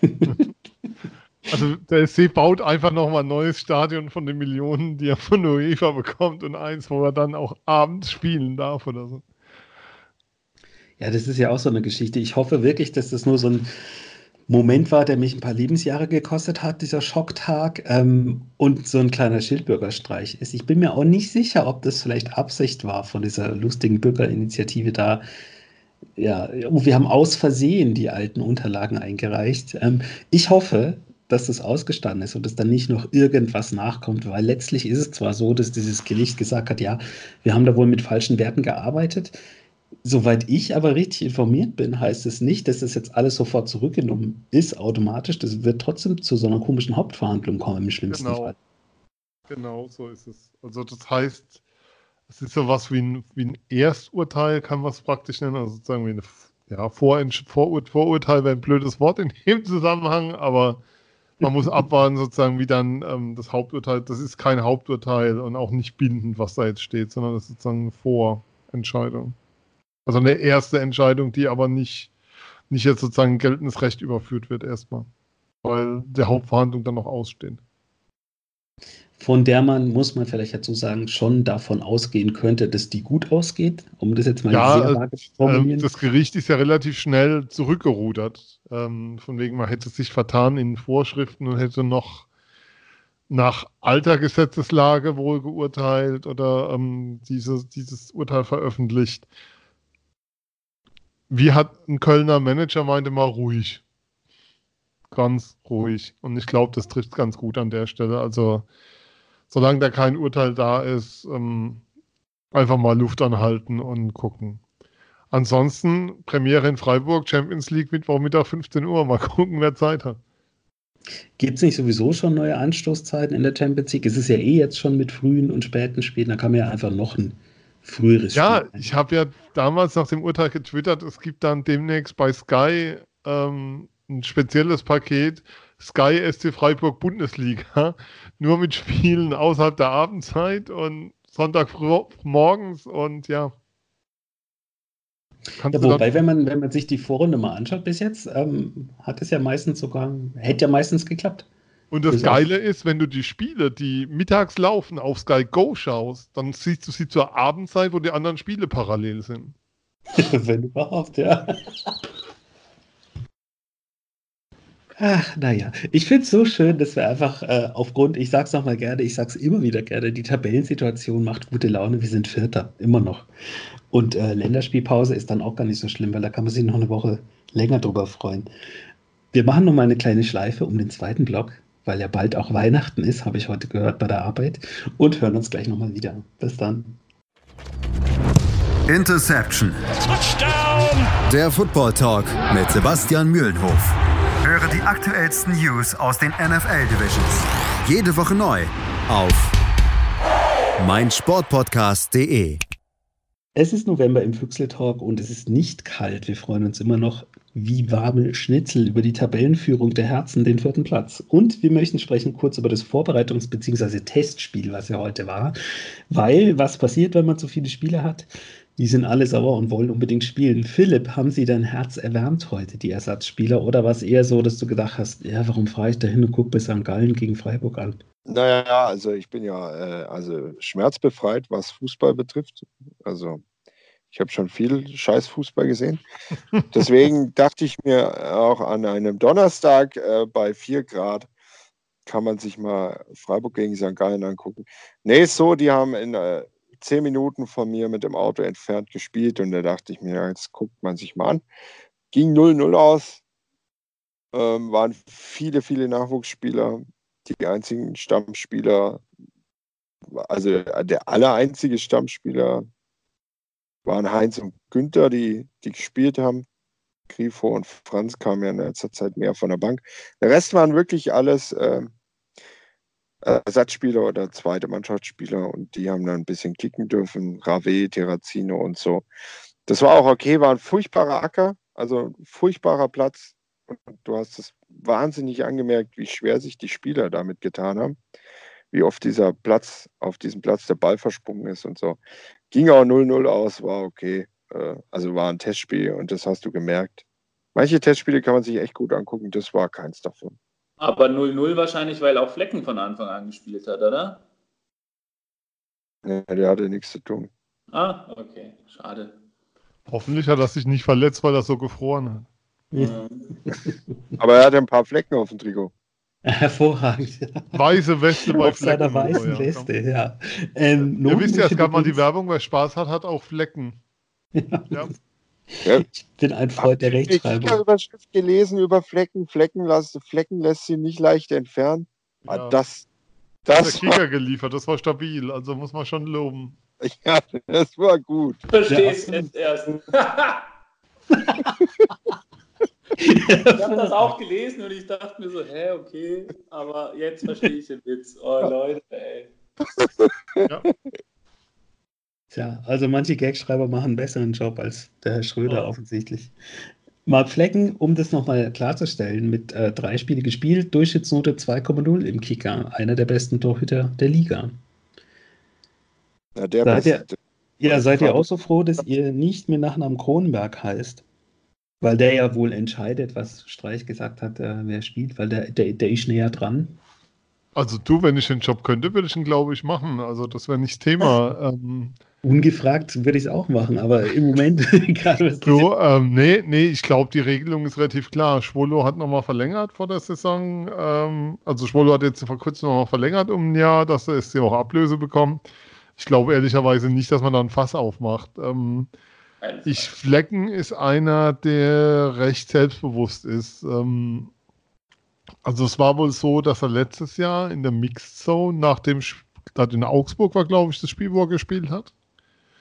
[SPEAKER 5] Also der S C baut einfach nochmal ein neues Stadion von den Millionen, die er von der UEFA bekommt und eins, wo er dann auch abends spielen darf oder so.
[SPEAKER 2] Ja, das ist ja auch so eine Geschichte. Ich hoffe wirklich, dass das nur so ein Moment war, der mich ein paar Lebensjahre gekostet hat, dieser Schocktag, ähm, und so ein kleiner Schildbürgerstreich ist. Ich bin mir auch nicht sicher, ob das vielleicht Absicht war von dieser lustigen Bürgerinitiative da. Ja, oh, wir haben aus Versehen die alten Unterlagen eingereicht. Ähm, ich hoffe, dass das ausgestanden ist und dass dann nicht noch irgendwas nachkommt, weil letztlich ist es zwar so, dass dieses Gericht gesagt hat, ja, wir haben da wohl mit falschen Werten gearbeitet. Soweit ich aber richtig informiert bin, heißt es nicht, dass das jetzt alles sofort zurückgenommen ist, automatisch. Das wird trotzdem zu so einer komischen Hauptverhandlung kommen, im schlimmsten
[SPEAKER 5] Genau.
[SPEAKER 2] Fall.
[SPEAKER 5] Genau, so ist es. Also das heißt, es ist so was wie ein, wie ein Ersturteil, kann man es praktisch nennen, also sozusagen wie ein ja, Vor Vorur Vorurteil wäre ein blödes Wort in dem Zusammenhang, aber man muss abwarten sozusagen, wie dann ähm, das Haupturteil, das ist kein Haupturteil und auch nicht bindend, was da jetzt steht, sondern das ist sozusagen eine Vorentscheidung. Also eine erste Entscheidung, die aber nicht, nicht jetzt sozusagen in geltendes Recht überführt wird erstmal, weil der Hauptverhandlung dann noch ausstehen.
[SPEAKER 2] Von der man, muss man vielleicht dazu sagen, schon davon ausgehen könnte, dass die gut ausgeht, um das jetzt mal
[SPEAKER 5] Ja,
[SPEAKER 2] sehr
[SPEAKER 5] äh,
[SPEAKER 2] vage zu formulieren.
[SPEAKER 5] Ähm, das Gericht ist ja relativ schnell zurückgerudert. Ähm, von wegen, man hätte sich vertan in Vorschriften und hätte noch nach alter Gesetzeslage wohl geurteilt oder ähm, diese, dieses Urteil veröffentlicht. Wie hat ein Kölner Manager meinte mal ruhig. Ganz ruhig. Und ich glaube, das trifft ganz gut an der Stelle. Also, solange da kein Urteil da ist, ähm, einfach mal Luft anhalten und gucken. ansonsten Premiere in Freiburg, Champions League, Mittwochmittag fünfzehn Uhr. Mal gucken, wer Zeit hat.
[SPEAKER 2] Gibt es nicht sowieso schon neue Anstoßzeiten in der Champions League? Es ist ja eh jetzt schon mit frühen und späten Spielen, da kann man ja einfach noch ein früheres
[SPEAKER 5] ja,
[SPEAKER 2] Spiel.
[SPEAKER 5] Ja, ich habe ja damals nach dem Urteil getwittert, es gibt dann demnächst bei Sky ähm, ein spezielles Paket, Sky S C Freiburg Bundesliga, nur mit Spielen außerhalb der Abendzeit und Sonntag morgens und ja.
[SPEAKER 2] Ja, wobei, wenn man, wenn man sich die Vorrunde mal anschaut bis jetzt, ähm, hat es ja meistens sogar, hätte ja meistens geklappt.
[SPEAKER 5] Und das Geile ist, wenn du die Spiele, die mittags laufen, auf Sky Go schaust, dann siehst du sie zur Abendzeit, wo die anderen Spiele parallel sind.
[SPEAKER 2] Wenn überhaupt, ja. Ach, naja, ich finde es so schön, dass wir einfach äh, aufgrund, ich sag's nochmal gerne, ich sag's immer wieder gerne, die Tabellensituation macht gute Laune, wir sind Vierter, immer noch. Und äh, Länderspielpause ist dann auch gar nicht so schlimm, weil da kann man sich noch eine Woche länger drüber freuen. Wir machen nochmal eine kleine Schleife um den zweiten Block, weil ja bald auch Weihnachten ist, habe ich heute gehört bei der Arbeit, und hören uns gleich nochmal wieder. Bis dann.
[SPEAKER 1] Interception. Touchdown. Der Football Talk mit Sebastian Mühlenhof. Höre die aktuellsten News aus den N F L-Divisions. Jede Woche neu auf meinsportpodcast punkt de.
[SPEAKER 2] Es ist November im Füchsle-Talk und es ist nicht kalt. Wir freuen uns immer noch wie warme Schnitzel über die Tabellenführung der Herzen, den vierten Platz. Und wir möchten sprechen kurz über das Vorbereitungs- bzw. Testspiel, was ja heute war. Weil, was passiert, wenn man so viele Spiele hat? Die sind alle sauer und wollen unbedingt spielen. Philipp, haben Sie dein Herz erwärmt heute, die Ersatzspieler? Oder war es eher so, dass du gedacht hast, ja, warum fahre ich da hin und gucke bis Sankt Gallen gegen Freiburg an?
[SPEAKER 3] Naja, also ich bin ja äh, also schmerzbefreit, was Fußball betrifft. Also ich habe schon viel scheiß Fußball gesehen. Deswegen dachte ich mir auch an einem Donnerstag äh, bei vier Grad kann man sich mal Freiburg gegen Sankt Gallen angucken. Nee, so, die haben in äh, zehn Minuten von mir mit dem Auto entfernt gespielt und da dachte ich mir, jetzt guckt man sich mal an. Ging null null aus, ähm, waren viele, viele Nachwuchsspieler, die einzigen Stammspieler, also der allereinzige Stammspieler waren Heinz und Günther, die, die gespielt haben. Grifo und Franz kamen ja in letzter Zeit mehr von der Bank. Der Rest waren wirklich alles äh, Ersatzspieler oder zweite Mannschaftsspieler und die haben dann ein bisschen kicken dürfen. Rave, Terrazino und so. Das war auch okay, war ein furchtbarer Acker, also ein furchtbarer Platz. Und du hast es wahnsinnig angemerkt, wie schwer sich die Spieler damit getan haben. Wie oft dieser Platz, auf diesem Platz der Ball versprungen ist und so. Ging auch null null aus, war okay. Also war ein Testspiel und das hast du gemerkt. Manche Testspiele kann man sich echt gut angucken, das war keins davon.
[SPEAKER 4] Aber null null wahrscheinlich, weil auch Flecken von Anfang an gespielt hat, oder?
[SPEAKER 3] Ja, der hatte nichts zu tun.
[SPEAKER 4] Ah, okay, schade.
[SPEAKER 5] Hoffentlich hat er sich nicht verletzt, weil er so gefroren hat.
[SPEAKER 4] Ja.
[SPEAKER 3] Aber er hatte ein paar Flecken auf dem Trikot.
[SPEAKER 2] Hervorragend.
[SPEAKER 5] Weiße Weste bei
[SPEAKER 2] Auf seiner
[SPEAKER 5] Flecken.
[SPEAKER 2] weißen
[SPEAKER 5] ja.
[SPEAKER 2] Weste, ja. Ähm,
[SPEAKER 5] Ihr wisst ja, es gab mal die
[SPEAKER 2] übrigens-
[SPEAKER 5] Werbung, wer Spaß hat, hat auch Flecken.
[SPEAKER 2] Ja.
[SPEAKER 5] Ja.
[SPEAKER 3] Ja.
[SPEAKER 2] Ich bin ein Freund der
[SPEAKER 3] Ich habe
[SPEAKER 2] Rechtschreibung.
[SPEAKER 3] Überschrift gelesen über Flecken. Flecken, lass, Flecken lässt sie nicht leicht entfernen.
[SPEAKER 5] Ja.
[SPEAKER 3] Ah, das,
[SPEAKER 5] Das
[SPEAKER 3] das,
[SPEAKER 5] hat der Kicker geliefert, das war stabil, also muss man schon loben.
[SPEAKER 3] ja, das war gut.
[SPEAKER 4] Verstehst
[SPEAKER 2] Ja,
[SPEAKER 4] jetzt erst. Ich habe das auch gelesen und ich dachte mir so, hä, okay, aber jetzt verstehe ich den Witz. Oh, Leute, ey.
[SPEAKER 5] Ja.
[SPEAKER 2] Tja, also manche Gagschreiber machen einen besseren Job als der Herr Schröder
[SPEAKER 4] Oh.
[SPEAKER 2] offensichtlich. Marc Flecken, um das nochmal klarzustellen, mit äh, drei Spiele gespielt, Durchschnittsnote zwei Komma null im Kicker, einer der besten Torhüter der Liga.
[SPEAKER 3] Ja, der
[SPEAKER 2] Seid ihr,
[SPEAKER 3] Beste.
[SPEAKER 2] ja, seid ihr auch so froh, dass ihr nicht mehr Nachnamen Kronenberg heißt? Weil der ja wohl entscheidet, was Streich gesagt hat, äh, wer spielt, weil der, der, der ist näher dran.
[SPEAKER 5] Also du, wenn ich den Job könnte, würde ich ihn, glaube ich, machen. Also das wäre nicht Thema. ähm,
[SPEAKER 2] Ungefragt würde ich es auch machen, aber im Moment, gerade was diese-
[SPEAKER 5] so, ähm, nee, nee, ich glaube, die Regelung ist relativ klar. Schwolo hat nochmal verlängert vor der Saison. Ähm, also Schwolo hat jetzt vor kurzem nochmal verlängert um ein Jahr, dass er sie auch Ablöse bekommen. Ich glaube ehrlicherweise nicht, dass man da ein Fass aufmacht. Ähm, Ich, Flecken ist einer, der recht selbstbewusst ist. Ähm, also es war wohl so, dass er letztes Jahr in der Mixed Zone nach dem Sp- in Augsburg war, glaube ich, das Spiel, wo er gespielt hat.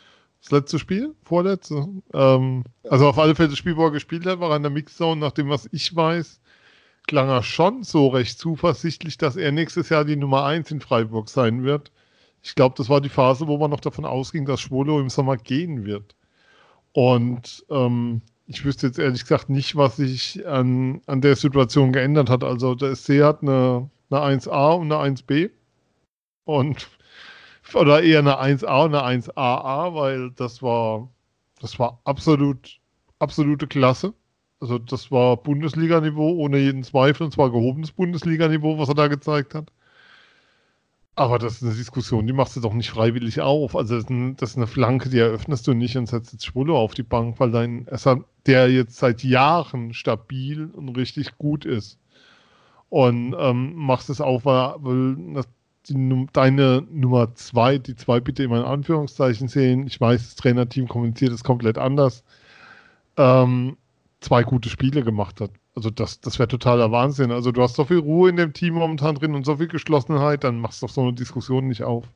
[SPEAKER 5] Das letzte Spiel? Vorletzte? Ähm, ja. Also auf alle Fälle das Spiel, wo er gespielt hat, war er in der Mixzone. Nach dem, was ich weiß, klang er schon so recht zuversichtlich, dass er nächstes Jahr die Nummer eins in Freiburg sein wird. Ich glaube, das war die Phase, wo man noch davon ausging, dass Schwolo im Sommer gehen wird. Und ähm, ich wüsste jetzt ehrlich gesagt nicht, was sich an, an der Situation geändert hat. Also der S C hat eine, eine eins a und eine eins b. Und oder eher eine eins a und eine eins a a, weil das war das war absolut absolute Klasse. Also das war Bundesliga-Niveau ohne jeden Zweifel, und zwar gehobenes Bundesliga-Niveau, was er da gezeigt hat. Aber das ist eine Diskussion, die machst du doch nicht freiwillig auf. Also das ist, ein, das ist eine Flanke, die eröffnest du nicht und setzt jetzt Schwolo auf die Bank, weil dein der jetzt seit Jahren stabil und richtig gut ist. Und ähm, machst es auf, weil, weil das Die, deine Nummer zwei, die zwei bitte immer in Anführungszeichen sehen, ich weiß, das Trainerteam kommuniziert es komplett anders, ähm, zwei gute Spiele gemacht hat. Also das, das wäre totaler Wahnsinn. Also du hast so viel Ruhe in dem Team momentan drin und so viel Geschlossenheit, dann machst du doch so eine Diskussion nicht auf.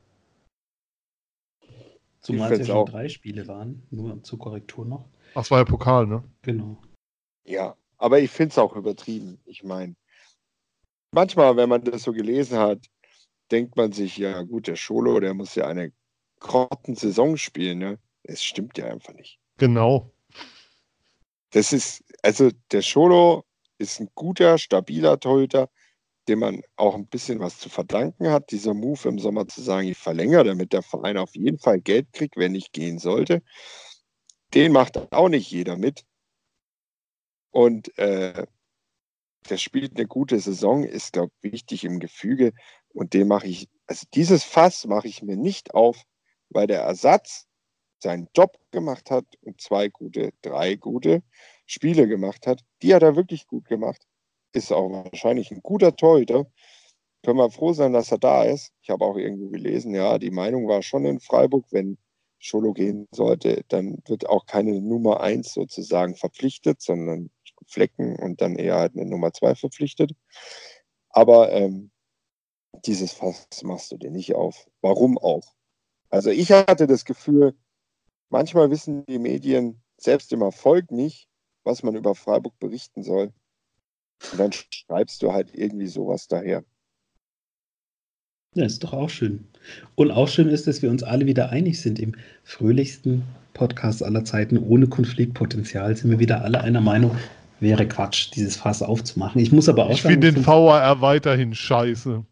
[SPEAKER 2] Zumal es ja schon drei Spiele waren, nur zur Korrektur noch.
[SPEAKER 5] Ach, das war ja Pokal, ne?
[SPEAKER 2] Genau.
[SPEAKER 3] Ja, aber ich finde es auch übertrieben. Ich meine, manchmal, wenn man das so gelesen hat, denkt man sich, ja gut, der Scholo, der muss ja eine Grottensaison spielen, ne? Es stimmt ja einfach nicht.
[SPEAKER 5] Genau.
[SPEAKER 3] Das ist, also der Scholo ist ein guter, stabiler Torhüter, dem man auch ein bisschen was zu verdanken hat. Dieser Move im Sommer zu sagen, ich verlängere, damit der Verein auf jeden Fall Geld kriegt, wenn ich gehen sollte. Den macht auch nicht jeder mit. Und äh, der spielt eine gute Saison, ist, glaube ich, wichtig im Gefüge. Und den mache ich, also dieses Fass mache ich mir nicht auf, weil der Ersatz seinen Job gemacht hat und zwei gute, drei gute Spiele gemacht hat. Die hat er wirklich gut gemacht. Ist auch wahrscheinlich ein guter Torhüter. Können wir froh sein, dass er da ist. Ich habe auch irgendwo gelesen, ja, die Meinung war schon in Freiburg, wenn Scholo gehen sollte, dann wird auch keine Nummer eins sozusagen verpflichtet, sondern Flecken und dann eher halt eine Nummer zwei verpflichtet. Aber ähm, dieses Fass machst du dir nicht auf. Warum auch? Also ich hatte das Gefühl, manchmal wissen die Medien selbst im Erfolg nicht, was man über Freiburg berichten soll. Und dann schreibst du halt irgendwie sowas daher.
[SPEAKER 2] Ja, ist doch auch schön. Und auch schön ist, dass wir uns alle wieder einig sind. Im fröhlichsten Podcast aller Zeiten, ohne Konfliktpotenzial, sind wir wieder alle einer Meinung, wäre Quatsch, dieses Fass aufzumachen. Ich muss aber auch
[SPEAKER 5] ich sagen... Ich finde den V A R weiterhin scheiße.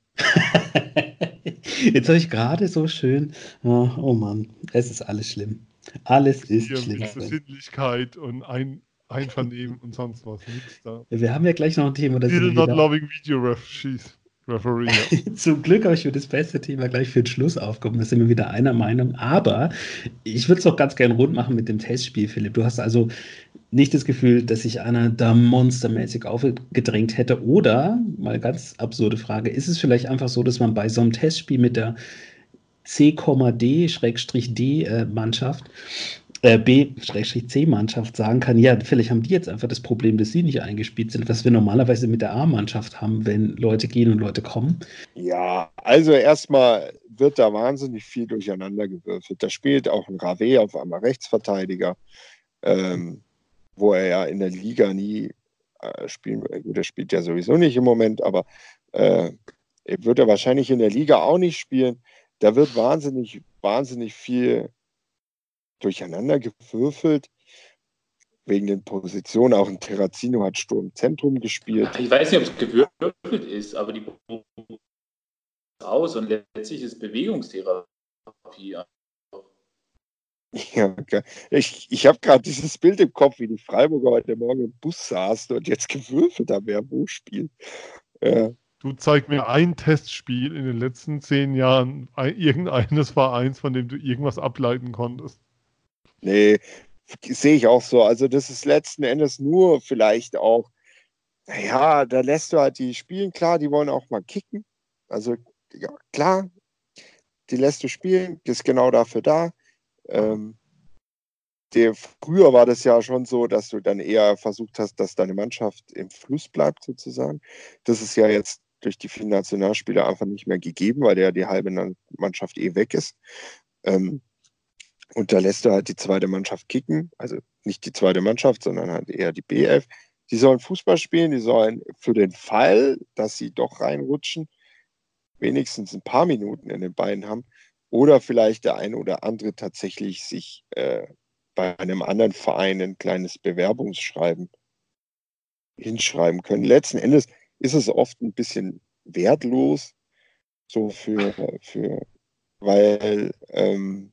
[SPEAKER 2] Jetzt habe ich gerade so schön... Oh, oh Mann, es ist alles schlimm. Alles ist
[SPEAKER 5] Hier
[SPEAKER 2] schlimm.
[SPEAKER 5] Sinnlichkeit und ein, Einvernehmen und sonst was. Nichts da.
[SPEAKER 2] Wir haben ja gleich noch ein Thema. Das
[SPEAKER 5] Still not loving video referees. Referee.
[SPEAKER 2] Zum Glück habe ich für das beste Thema gleich für den Schluss aufgehoben. Da sind wir wieder einer Meinung. Aber ich würde es doch ganz gerne rund machen mit dem Testspiel, Philipp. Du hast also nicht das Gefühl, dass sich einer da monstermäßig aufgedrängt hätte. Oder, mal ganz absurde Frage, ist es vielleicht einfach so, dass man bei so einem Testspiel mit der C D-D-Mannschaft äh, B-C-Mannschaft sagen kann, ja, vielleicht haben die jetzt einfach das Problem, dass sie nicht eingespielt sind, was wir normalerweise mit der A-Mannschaft haben, wenn Leute gehen und Leute kommen?
[SPEAKER 3] Ja, also erstmal wird da wahnsinnig viel durcheinander gewürfelt. Da spielt auch ein Rave auf einmal Rechtsverteidiger, ähm, wo er ja in der Liga nie äh, spielen wird. Gut, er spielt ja sowieso nicht im Moment, aber äh, wird er wahrscheinlich in der Liga auch nicht spielen. Da wird wahnsinnig, wahnsinnig viel durcheinander gewürfelt, wegen den Positionen. Auch ein Terrazino hat Sturmzentrum gespielt.
[SPEAKER 4] Ich weiß nicht, ob es gewürfelt ist, aber die aus und letztlich ist Bewegungstherapie.
[SPEAKER 3] Ja, ich ich habe gerade dieses Bild im Kopf, wie die Freiburger heute Morgen im Bus saßen und jetzt gewürfelt haben, wer wo spielt. Ja.
[SPEAKER 5] Du zeig mir ein Testspiel in den letzten zehn Jahren irgendeines Vereins, von dem du irgendwas ableiten konntest.
[SPEAKER 3] Nee, sehe ich auch so. Also das ist letzten Endes nur vielleicht auch, naja, da lässt du halt die spielen, klar, die wollen auch mal kicken. Also ja, klar, die lässt du spielen, die ist genau dafür da. Ähm, der, früher war das ja schon so, dass du dann eher versucht hast, dass deine Mannschaft im Fluss bleibt sozusagen. Das ist ja jetzt durch die vielen Nationalspieler einfach nicht mehr gegeben, weil ja die halbe Mannschaft eh weg ist. Ähm, Und da lässt du halt die zweite Mannschaft kicken, also nicht die zweite Mannschaft, sondern halt eher die B elf. Die sollen Fußball spielen, die sollen für den Fall, dass sie doch reinrutschen, wenigstens ein paar Minuten in den Beinen haben. Oder vielleicht der eine oder andere tatsächlich sich äh, bei einem anderen Verein ein kleines Bewerbungsschreiben hinschreiben können. Letzten Endes ist es oft ein bisschen wertlos, so für, für weil ähm,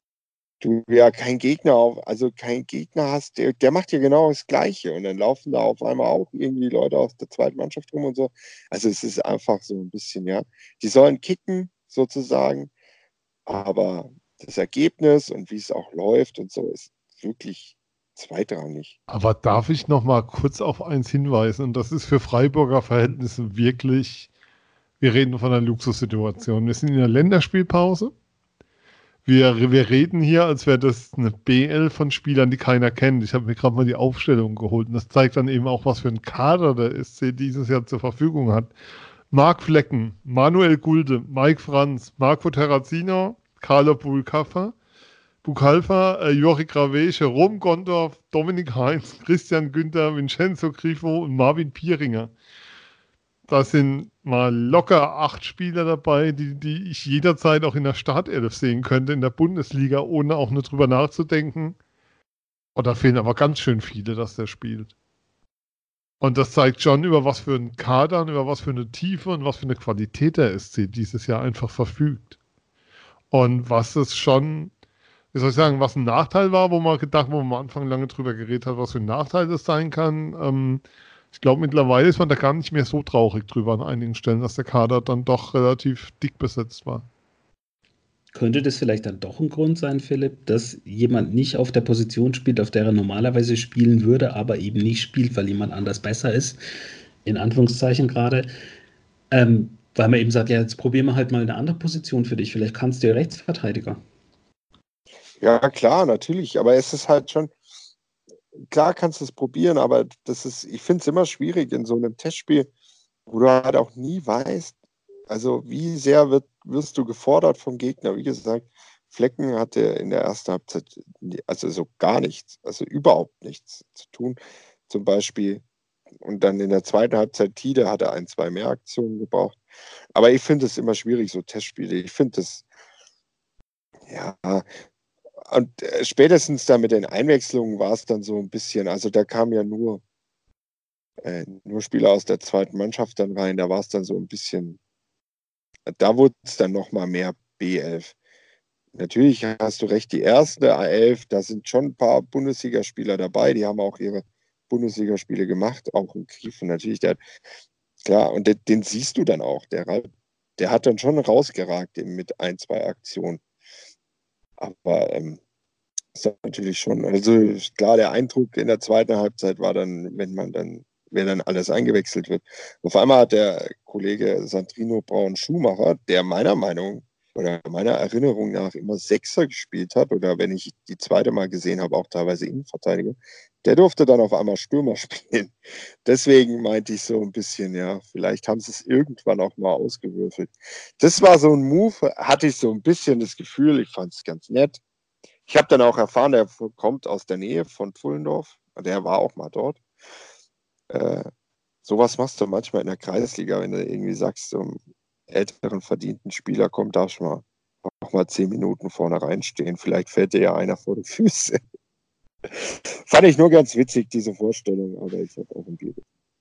[SPEAKER 3] du ja keinen Gegner auf, also keinen Gegner hast, der, der macht ja genau das Gleiche und dann laufen da auf einmal auch irgendwie Leute aus der zweiten Mannschaft rum und so. Also es ist einfach so ein bisschen, ja. Die sollen kicken sozusagen, aber das Ergebnis und wie es auch läuft und so ist wirklich zweitrangig.
[SPEAKER 5] Aber darf ich noch mal kurz auf eins hinweisen? Und das ist für Freiburger Verhältnisse wirklich, wir reden von einer Luxussituation. Wir sind in der Länderspielpause. Wir, wir reden hier, als wäre das eine B elf von Spielern, die keiner kennt. Ich habe mir gerade mal die Aufstellung geholt. Und das zeigt dann eben auch, was für ein Kader der S C dieses Jahr zur Verfügung hat. Marc Flecken, Manuel Gulde, Mike Franz, Marco Terrazino, Carlo Bukalfa, Bukalfa, äh, Jori Grave, Jerome Gondorf, Dominik Heinz, Christian Günther, Vincenzo Grifo und Marvin Pieringer. Da sind mal locker acht Spieler dabei, die, die ich jederzeit auch in der Startelf sehen könnte, in der Bundesliga, ohne auch nur drüber nachzudenken. Und da fehlen aber ganz schön viele, dass der spielt. Und das zeigt schon, über was für einen Kader und über was für eine Tiefe und was für eine Qualität der S C dieses Jahr einfach verfügt. Und was es schon, wie soll ich sagen, was ein Nachteil war, wo man gedacht, wo man am Anfang lange drüber geredet hat, was für ein Nachteil das sein kann. Ähm, ich glaube, mittlerweile ist man da gar nicht mehr so traurig drüber an einigen Stellen, dass der Kader dann doch relativ dick besetzt war.
[SPEAKER 2] Könnte das vielleicht dann doch ein Grund sein, Philipp, dass jemand nicht auf der Position spielt, auf der er normalerweise spielen würde, aber eben nicht spielt, weil jemand anders besser ist, in Anführungszeichen gerade, ähm, weil man eben sagt, ja, jetzt probieren wir halt mal eine andere Position für dich, vielleicht kannst du ja Rechtsverteidiger.
[SPEAKER 3] Ja, klar, natürlich, aber es ist halt schon, klar kannst du es probieren, aber das ist, ich finde es immer schwierig in so einem Testspiel, wo du halt auch nie weißt, also wie sehr wird, wirst du gefordert vom Gegner. Wie gesagt, Flecken hatte in der ersten Halbzeit also so gar nichts, also überhaupt nichts zu tun. Zum Beispiel, und dann in der zweiten Halbzeit Tide hatte ein, zwei mehr Aktionen gebraucht. Aber ich finde es immer schwierig, so Testspiele. Ich finde das, ja, und spätestens da mit den Einwechslungen war es dann so ein bisschen, also da kamen ja nur, äh, nur Spieler aus der zweiten Mannschaft dann rein, da war es dann so ein bisschen, da wurde es dann nochmal mehr B elf. Natürlich hast du recht, die erste A elf, da sind schon ein paar Bundesligaspieler dabei, die haben auch ihre Bundesligaspiele gemacht, auch in Griefen natürlich. Der, klar, und den, den siehst du dann auch, der, der hat dann schon rausgeragt eben mit ein, zwei Aktionen. Aber ähm, ist natürlich schon, also klar, der Eindruck in der zweiten Halbzeit war dann, wenn man dann, wenn dann alles eingewechselt wird. Auf einmal hat der Kollege Sandrino Braun-Schumacher, der meiner Meinung oder meiner Erinnerung nach immer Sechser gespielt hat, oder wenn ich die zweite Mal gesehen habe, auch teilweise Innenverteidiger, der durfte dann auf einmal Stürmer spielen. Deswegen meinte ich so ein bisschen, ja, vielleicht haben sie es irgendwann auch mal ausgewürfelt. Das war so ein Move, hatte ich so ein bisschen das Gefühl, ich fand es ganz nett. Ich habe dann auch erfahren, der kommt aus der Nähe von Pfullendorf, der war auch mal dort. Äh, sowas machst du manchmal in der Kreisliga, wenn du irgendwie sagst, so einem älteren verdienten Spieler kommt, darfst du mal, auch mal zehn Minuten vorne reinstehen. Vielleicht fällt dir ja einer vor die Füße. Fand ich nur ganz witzig, diese Vorstellung, aber ich habe auch ein Bier.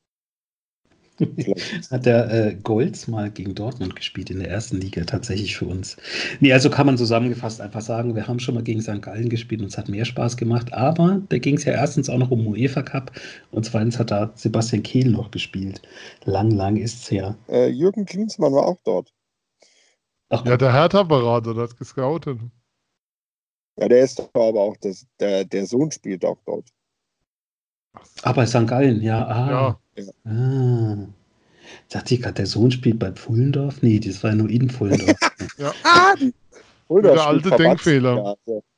[SPEAKER 2] Hat der äh, Golz mal gegen Dortmund gespielt in der ersten Liga, tatsächlich für uns. Nee, also kann man zusammengefasst einfach sagen, wir haben schon mal gegen Sankt Gallen gespielt und es hat mehr Spaß gemacht, aber da ging es ja erstens auch noch um UEFA Cup und zweitens hat da Sebastian Kehl noch gespielt. Lang, lang ist es her.
[SPEAKER 3] Äh, Jürgen Klinsmann war auch dort.
[SPEAKER 5] Ach, ja, der Hertha-Berater, der hat gescoutet.
[SPEAKER 3] Ja, der ist aber auch, das, der, der Sohn spielt auch dort.
[SPEAKER 2] Ah, bei Sankt Gallen, ja. Ah.
[SPEAKER 5] Ja.
[SPEAKER 3] Ja.
[SPEAKER 2] Ah. Dachte ich gerade, der Sohn spielt bei Pfullendorf? Nee, das war ja nur in Pfullendorf.
[SPEAKER 5] Ja.
[SPEAKER 3] Ah, die Pfullendorf
[SPEAKER 5] der alte Denkfehler.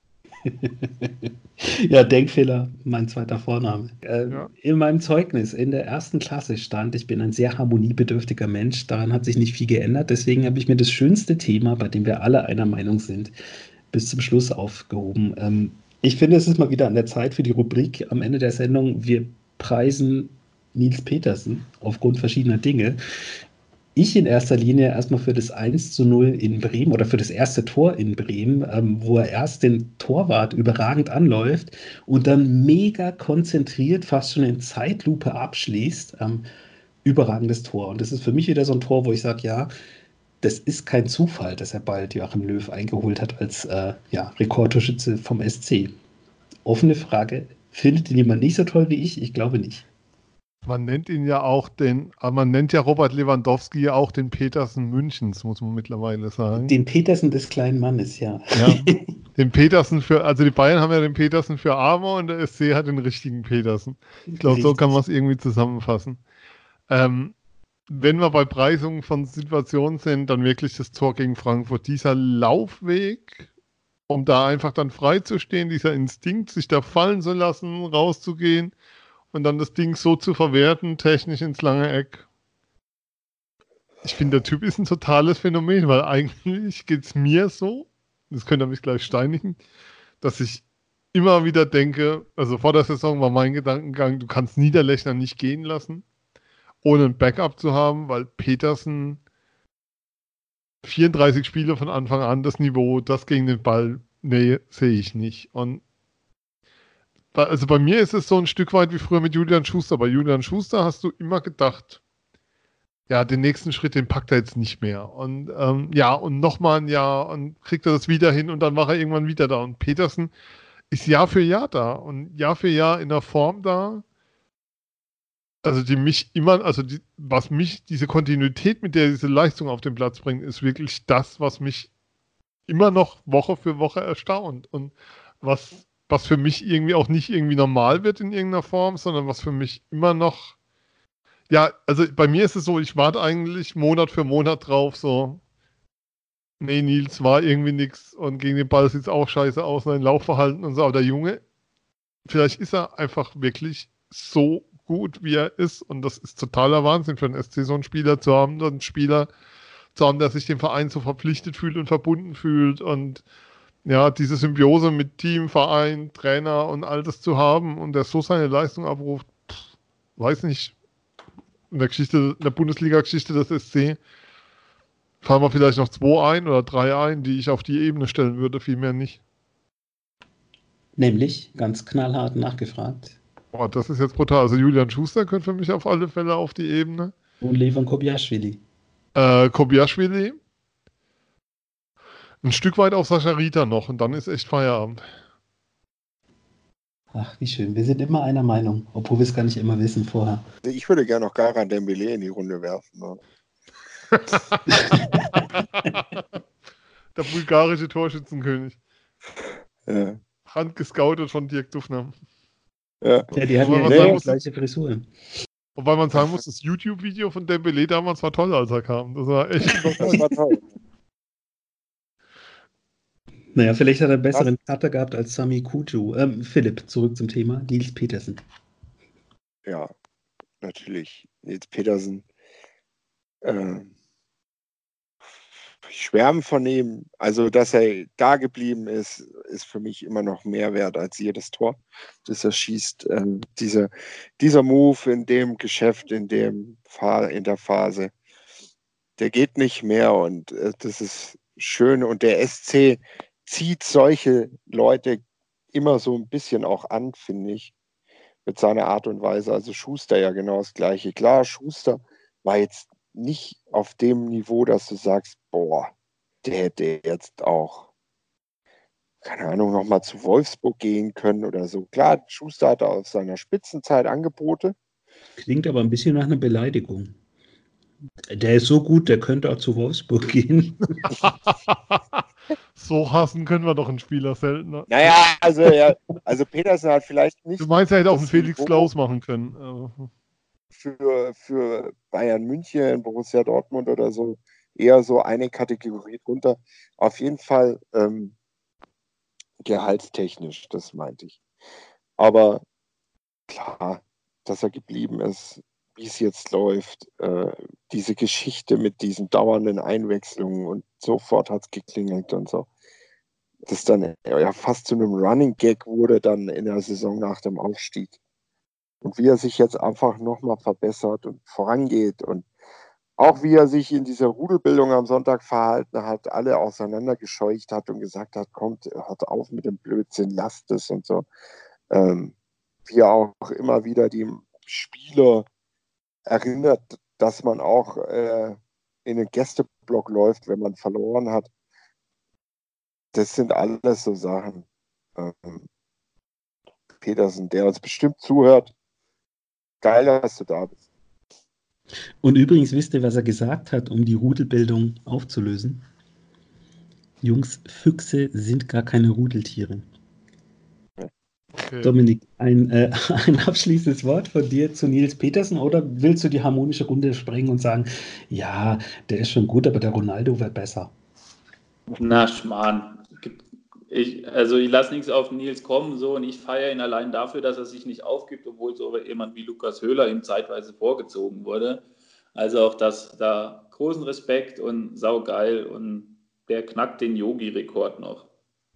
[SPEAKER 2] Ja, Denkfehler, mein zweiter Vorname. Äh,
[SPEAKER 5] Ja.
[SPEAKER 2] In meinem Zeugnis in der ersten Klasse stand, ich bin ein sehr harmoniebedürftiger Mensch. Daran hat sich nicht viel geändert. Deswegen habe ich mir das schönste Thema, bei dem wir alle einer Meinung sind, bis zum Schluss aufgehoben. Ähm, ich finde, es ist mal wieder an der Zeit für die Rubrik am Ende der Sendung. Wir preisen Nils Petersen aufgrund verschiedener Dinge. Ich in erster Linie erstmal für das eins zu null in Bremen oder für das erste Tor in Bremen, ähm, wo er erst den Torwart überragend anläuft und dann mega konzentriert, fast schon in Zeitlupe abschließt. Ähm, überragendes Tor. Und das ist für mich wieder so ein Tor, wo ich sage, ja, das ist kein Zufall, dass er bald Joachim Löw eingeholt hat als äh, ja, Rekordtorschütze vom S C. Offene Frage, findet ihn jemand nicht so toll wie ich? Ich glaube nicht.
[SPEAKER 5] Man nennt ihn ja auch den, man nennt ja Robert Lewandowski ja auch den Petersen Münchens, muss man mittlerweile sagen.
[SPEAKER 2] Den Petersen des kleinen Mannes, ja.
[SPEAKER 5] Ja, den Petersen für, also die Bayern haben ja den Petersen für Arme und der S C hat den richtigen Petersen. Ich glaube, so kann man es irgendwie zusammenfassen. Ähm, wenn wir bei Preisungen von Situationen sind, dann wirklich das Tor gegen Frankfurt. Dieser Laufweg, um da einfach dann frei zu stehen, dieser Instinkt, sich da fallen zu lassen, rauszugehen und dann das Ding so zu verwerten, technisch ins lange Eck. Ich finde, der Typ ist ein totales Phänomen, weil eigentlich geht es mir so, das könnt ihr mich gleich steinigen, dass ich immer wieder denke, also vor der Saison war mein Gedankengang, du kannst Niederlechner nicht gehen lassen, ohne ein Backup zu haben, weil Petersen vierunddreißig Spiele von Anfang an, das Niveau, das gegen den Ball, nee, sehe ich nicht. Und also bei mir ist es so ein Stück weit wie früher mit Julian Schuster. Bei Julian Schuster hast du immer gedacht, ja, den nächsten Schritt, den packt er jetzt nicht mehr. Und ähm, ja, und nochmal ein Jahr und kriegt er das wieder hin und dann war er irgendwann wieder da. Und Petersen ist Jahr für Jahr da und Jahr für Jahr in der Form da. Also die mich immer, also die, was mich, diese Kontinuität, mit der diese Leistung auf den Platz bringt, ist wirklich das, was mich immer noch Woche für Woche erstaunt. Und was, was für mich irgendwie auch nicht irgendwie normal wird in irgendeiner Form, sondern was für mich immer noch, ja, also bei mir ist es so, ich warte eigentlich Monat für Monat drauf, so, nee, Nils war irgendwie nix und gegen den Ball sieht es auch scheiße aus, sein Laufverhalten und so, aber der Junge, vielleicht ist er einfach wirklich so gut, wie er ist. Und das ist totaler Wahnsinn für den S C, so einen Spieler zu haben, einen Spieler zu haben, der sich dem Verein so verpflichtet fühlt und verbunden fühlt. Und ja, diese Symbiose mit Team, Verein, Trainer und all das zu haben und der so seine Leistung abruft, pff, weiß nicht, in der Geschichte, in der Bundesliga-Geschichte des S C fallen wir vielleicht noch zwei ein oder drei ein, die ich auf die Ebene stellen würde, vielmehr nicht.
[SPEAKER 2] Nämlich, ganz knallhart nachgefragt.
[SPEAKER 5] Boah, das ist jetzt brutal. Also Julian Schuster gehört für mich auf alle Fälle auf die Ebene.
[SPEAKER 2] Und Levan Kobiaschwili.
[SPEAKER 5] Äh, Kobiaschwili. Ein Stück weit auf Sascha Rita noch und dann ist echt Feierabend.
[SPEAKER 2] Ach, wie schön. Wir sind immer einer Meinung, obwohl wir es gar nicht immer wissen vorher.
[SPEAKER 3] Ich würde gerne noch Garan Dembele in die Runde werfen. Ne?
[SPEAKER 5] Der bulgarische Torschützenkönig.
[SPEAKER 3] Ja.
[SPEAKER 5] Handgescoutet von Dirk Dufner.
[SPEAKER 3] Ja,
[SPEAKER 2] ja die hatten ja
[SPEAKER 5] nee,
[SPEAKER 2] die gleiche Frisur.
[SPEAKER 5] Wobei man sagen muss, das YouTube-Video von Dembele damals war toll, als er kam. Das war echt
[SPEAKER 3] das war toll.
[SPEAKER 2] Naja, vielleicht hat er einen besseren Cutter gehabt als Sami Kutu. Ähm, Philipp, zurück zum Thema. Nils Petersen.
[SPEAKER 3] Ja, natürlich. Nils Petersen. Äh, Schwärmen von ihm, also dass er da geblieben ist, ist für mich immer noch mehr wert als jedes Tor, das er schießt. Ähm, dieser, dieser Move in dem Geschäft, in, dem Fa- in der Phase, der geht nicht mehr und äh, das ist schön. Und der S C zieht solche Leute immer so ein bisschen auch an, finde ich, mit seiner Art und Weise. Also Schuster ja genau das Gleiche. Klar, Schuster war jetzt nicht auf dem Niveau, dass du sagst, boah, der hätte jetzt auch, keine Ahnung, nochmal zu Wolfsburg gehen können oder so. Klar, Schuster hatte aus seiner Spitzenzeit Angebote.
[SPEAKER 2] Klingt aber ein bisschen nach einer Beleidigung. Der ist so gut, der könnte auch zu Wolfsburg gehen.
[SPEAKER 5] So hassen können wir doch einen Spieler seltener.
[SPEAKER 3] Naja, also, ja, also Petersen hat vielleicht nicht...
[SPEAKER 5] Du meinst, er hätte auch einen
[SPEAKER 3] das
[SPEAKER 5] Felix
[SPEAKER 3] Niveau
[SPEAKER 5] Klaus machen können. Also.
[SPEAKER 3] Für, für Bayern München, Borussia Dortmund oder so, eher so eine Kategorie drunter. Auf jeden Fall ähm, gehaltstechnisch, das meinte ich. Aber klar, dass er geblieben ist, wie es jetzt läuft, äh, diese Geschichte mit diesen dauernden Einwechslungen und sofort hat es geklingelt und so. das dann ja fast zu einem Running Gag wurde dann in der Saison nach dem Aufstieg. Und wie er sich jetzt einfach nochmal verbessert und vorangeht und auch wie er sich in dieser Rudelbildung am Sonntag verhalten hat, alle auseinandergescheucht hat und gesagt hat, kommt, hört auf mit dem Blödsinn, lasst es und so. Ähm, wie er auch immer wieder die Spieler erinnert, dass man auch äh, in den Gästeblock läuft, wenn man verloren hat. Das sind alles so Sachen. Ähm, Petersen, der uns bestimmt zuhört. Geil, dass du da bist.
[SPEAKER 2] Und übrigens, wisst ihr, was er gesagt hat, um die Rudelbildung aufzulösen? Jungs, Füchse sind gar keine Rudeltiere. Okay. Dominik, ein, äh, ein abschließendes Wort von dir zu Nils Petersen, oder willst du die harmonische Runde sprengen und sagen, ja, der ist schon gut, aber der Ronaldo wäre besser?
[SPEAKER 4] Na, Schmarrn. Ich, also ich lasse nichts auf Nils kommen so und ich feiere ihn allein dafür, dass er sich nicht aufgibt, obwohl so jemand wie Lukas Höhler ihm zeitweise vorgezogen wurde. Also auch das, da großen Respekt und saugeil und der knackt den Yogi-Rekord noch.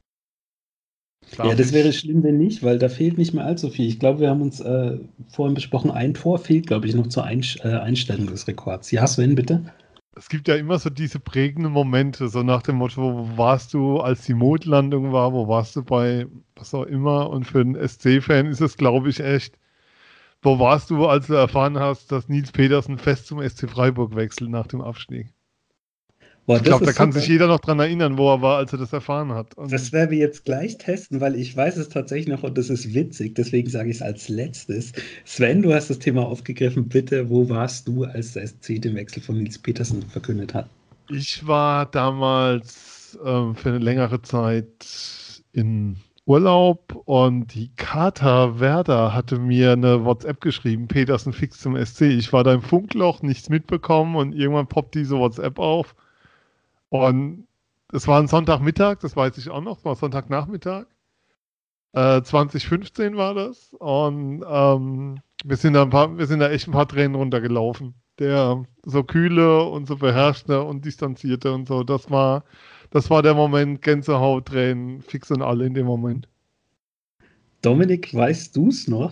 [SPEAKER 2] Ja, das wäre schlimm, wenn nicht, weil da fehlt nicht mehr allzu viel. Ich glaube, wir haben uns äh, vorhin besprochen, ein Tor fehlt, glaube ich, noch zur Einsch- äh, Einstellung des Rekords. Ja, Sven, bitte?
[SPEAKER 5] Es gibt ja immer so diese prägenden Momente, so nach dem Motto, wo warst du, als die Mondlandung war, wo warst du bei was auch immer, und für einen S C-Fan ist es, glaube ich, echt, wo warst du, als du erfahren hast, dass Nils Petersen fest zum S C Freiburg wechselt nach dem Abstieg? Boah, ich glaube, da kann super. sich jeder noch dran erinnern, wo er war, als er das erfahren hat. Und
[SPEAKER 2] das werden wir jetzt gleich testen, weil ich weiß es tatsächlich noch und das ist witzig, deswegen sage ich es als letztes. Sven, du hast das Thema aufgegriffen. Bitte, wo warst du, als der S C den Wechsel von Nils Petersen verkündet hat?
[SPEAKER 5] Ich war damals ähm, für eine längere Zeit in Urlaub und die Kater Werder hatte mir eine WhatsApp geschrieben, Petersen fix zum S C. Ich war da im Funkloch, nichts mitbekommen und irgendwann poppt diese WhatsApp auf. Und es war ein Sonntagmittag, das weiß ich auch noch, es war Sonntagnachmittag. Äh, zwanzig fünfzehn war das. Und ähm, wir, sind da ein paar, wir sind da echt ein paar Tränen runtergelaufen. Der so kühle und so beherrschte und distanzierte und so, das war, das war der Moment, Gänsehaut, Tränen, fix und alle in dem Moment.
[SPEAKER 2] Dominik, weißt du es noch?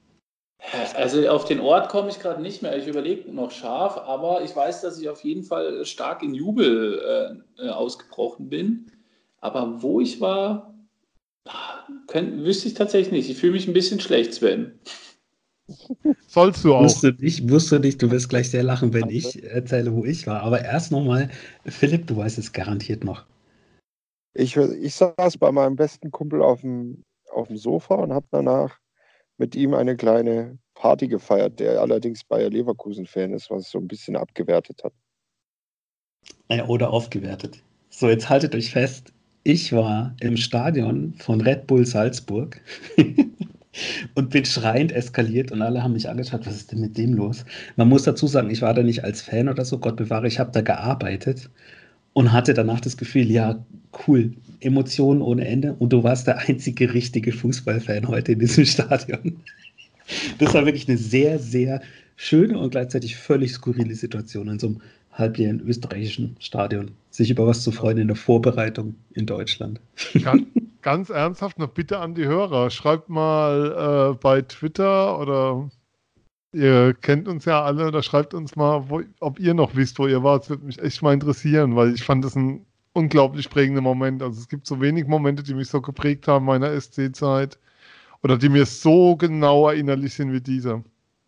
[SPEAKER 4] Also auf den Ort komme ich gerade nicht mehr. Ich überlege noch scharf, aber ich weiß, dass ich auf jeden Fall stark in Jubel äh, ausgebrochen bin. Aber wo ich war, könnt, wüsste ich tatsächlich nicht. Ich fühle mich ein bisschen schlecht, Sven.
[SPEAKER 5] Sollst du auch.
[SPEAKER 2] Wusste nicht, wusste nicht, du wirst gleich sehr lachen, wenn ich erzähle, wo ich war. Aber erst nochmal, Philipp, du weißt es garantiert noch.
[SPEAKER 3] Ich, ich saß bei meinem besten Kumpel auf dem, auf dem Sofa und habe danach mit ihm eine kleine Party gefeiert, der allerdings Bayer Leverkusen-Fan ist, was so ein bisschen abgewertet hat.
[SPEAKER 2] Ja, oder aufgewertet. So, jetzt haltet euch fest. Ich war im Stadion von Red Bull Salzburg und bin schreiend eskaliert und alle haben mich angeschaut, was ist denn mit dem los? Man muss dazu sagen, ich war da nicht als Fan oder so, Gott bewahre, ich habe da gearbeitet und hatte danach das Gefühl, ja, cool, Emotionen ohne Ende und du warst der einzige richtige Fußballfan heute in diesem Stadion. Das war wirklich eine sehr, sehr schöne und gleichzeitig völlig skurrile Situation in so einem halbleeren österreichischen Stadion, sich über was zu freuen in der Vorbereitung in Deutschland.
[SPEAKER 5] Ganz, ganz ernsthaft noch bitte an die Hörer, schreibt mal äh, bei Twitter oder ihr kennt uns ja alle, oder schreibt uns mal, wo, ob ihr noch wisst, wo ihr wart. Das würde mich echt mal interessieren, weil ich fand das ein unglaublich prägender Moment. Also es gibt so wenig Momente, die mich so geprägt haben in meiner S C-Zeit oder die mir so genau erinnerlich sind wie dieser.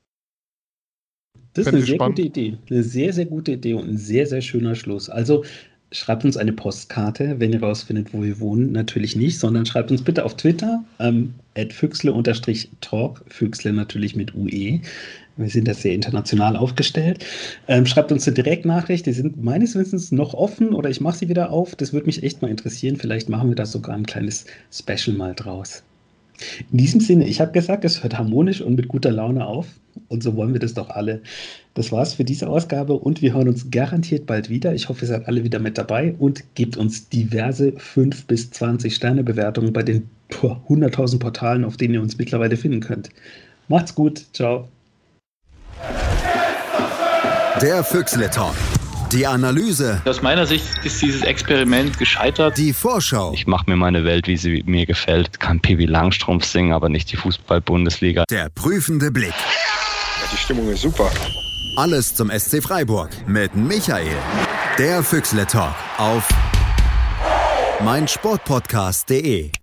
[SPEAKER 2] Das ist eine sehr gute Idee. Eine sehr, sehr gute Idee und ein sehr, sehr schöner Schluss. Also schreibt uns eine Postkarte, wenn ihr rausfindet, wo wir wohnen. Natürlich nicht, sondern schreibt uns bitte auf Twitter ähm, at füchsle-talk, Füchsle natürlich mit U E. Wir sind da sehr international aufgestellt. Ähm, schreibt uns eine Direktnachricht, die sind meines Wissens noch offen oder ich mache sie wieder auf. Das würde mich echt mal interessieren. Vielleicht machen wir da sogar ein kleines Special mal draus. In diesem Sinne, ich habe gesagt, es hört harmonisch und mit guter Laune auf. Und so wollen wir das doch alle. Das war's für diese Ausgabe und wir hören uns garantiert bald wieder. Ich hoffe, ihr seid alle wieder mit dabei und gebt uns diverse fünf bis zwanzig Sterne Bewertungen bei den hunderttausend Portalen, auf denen ihr uns mittlerweile finden könnt. Macht's gut. Ciao.
[SPEAKER 1] Der Füchsle Talk. Die Analyse.
[SPEAKER 4] Aus meiner Sicht ist dieses Experiment gescheitert.
[SPEAKER 1] Die Vorschau.
[SPEAKER 9] Ich mache mir meine Welt, wie sie mir gefällt. Ich kann Pippi Langstrumpf singen, aber nicht die Fußball-Bundesliga.
[SPEAKER 1] Der prüfende Blick.
[SPEAKER 3] Die Stimmung ist super.
[SPEAKER 1] Alles zum S C Freiburg mit Michael. Der Füchsle Talk auf meinsportpodcast punkt de.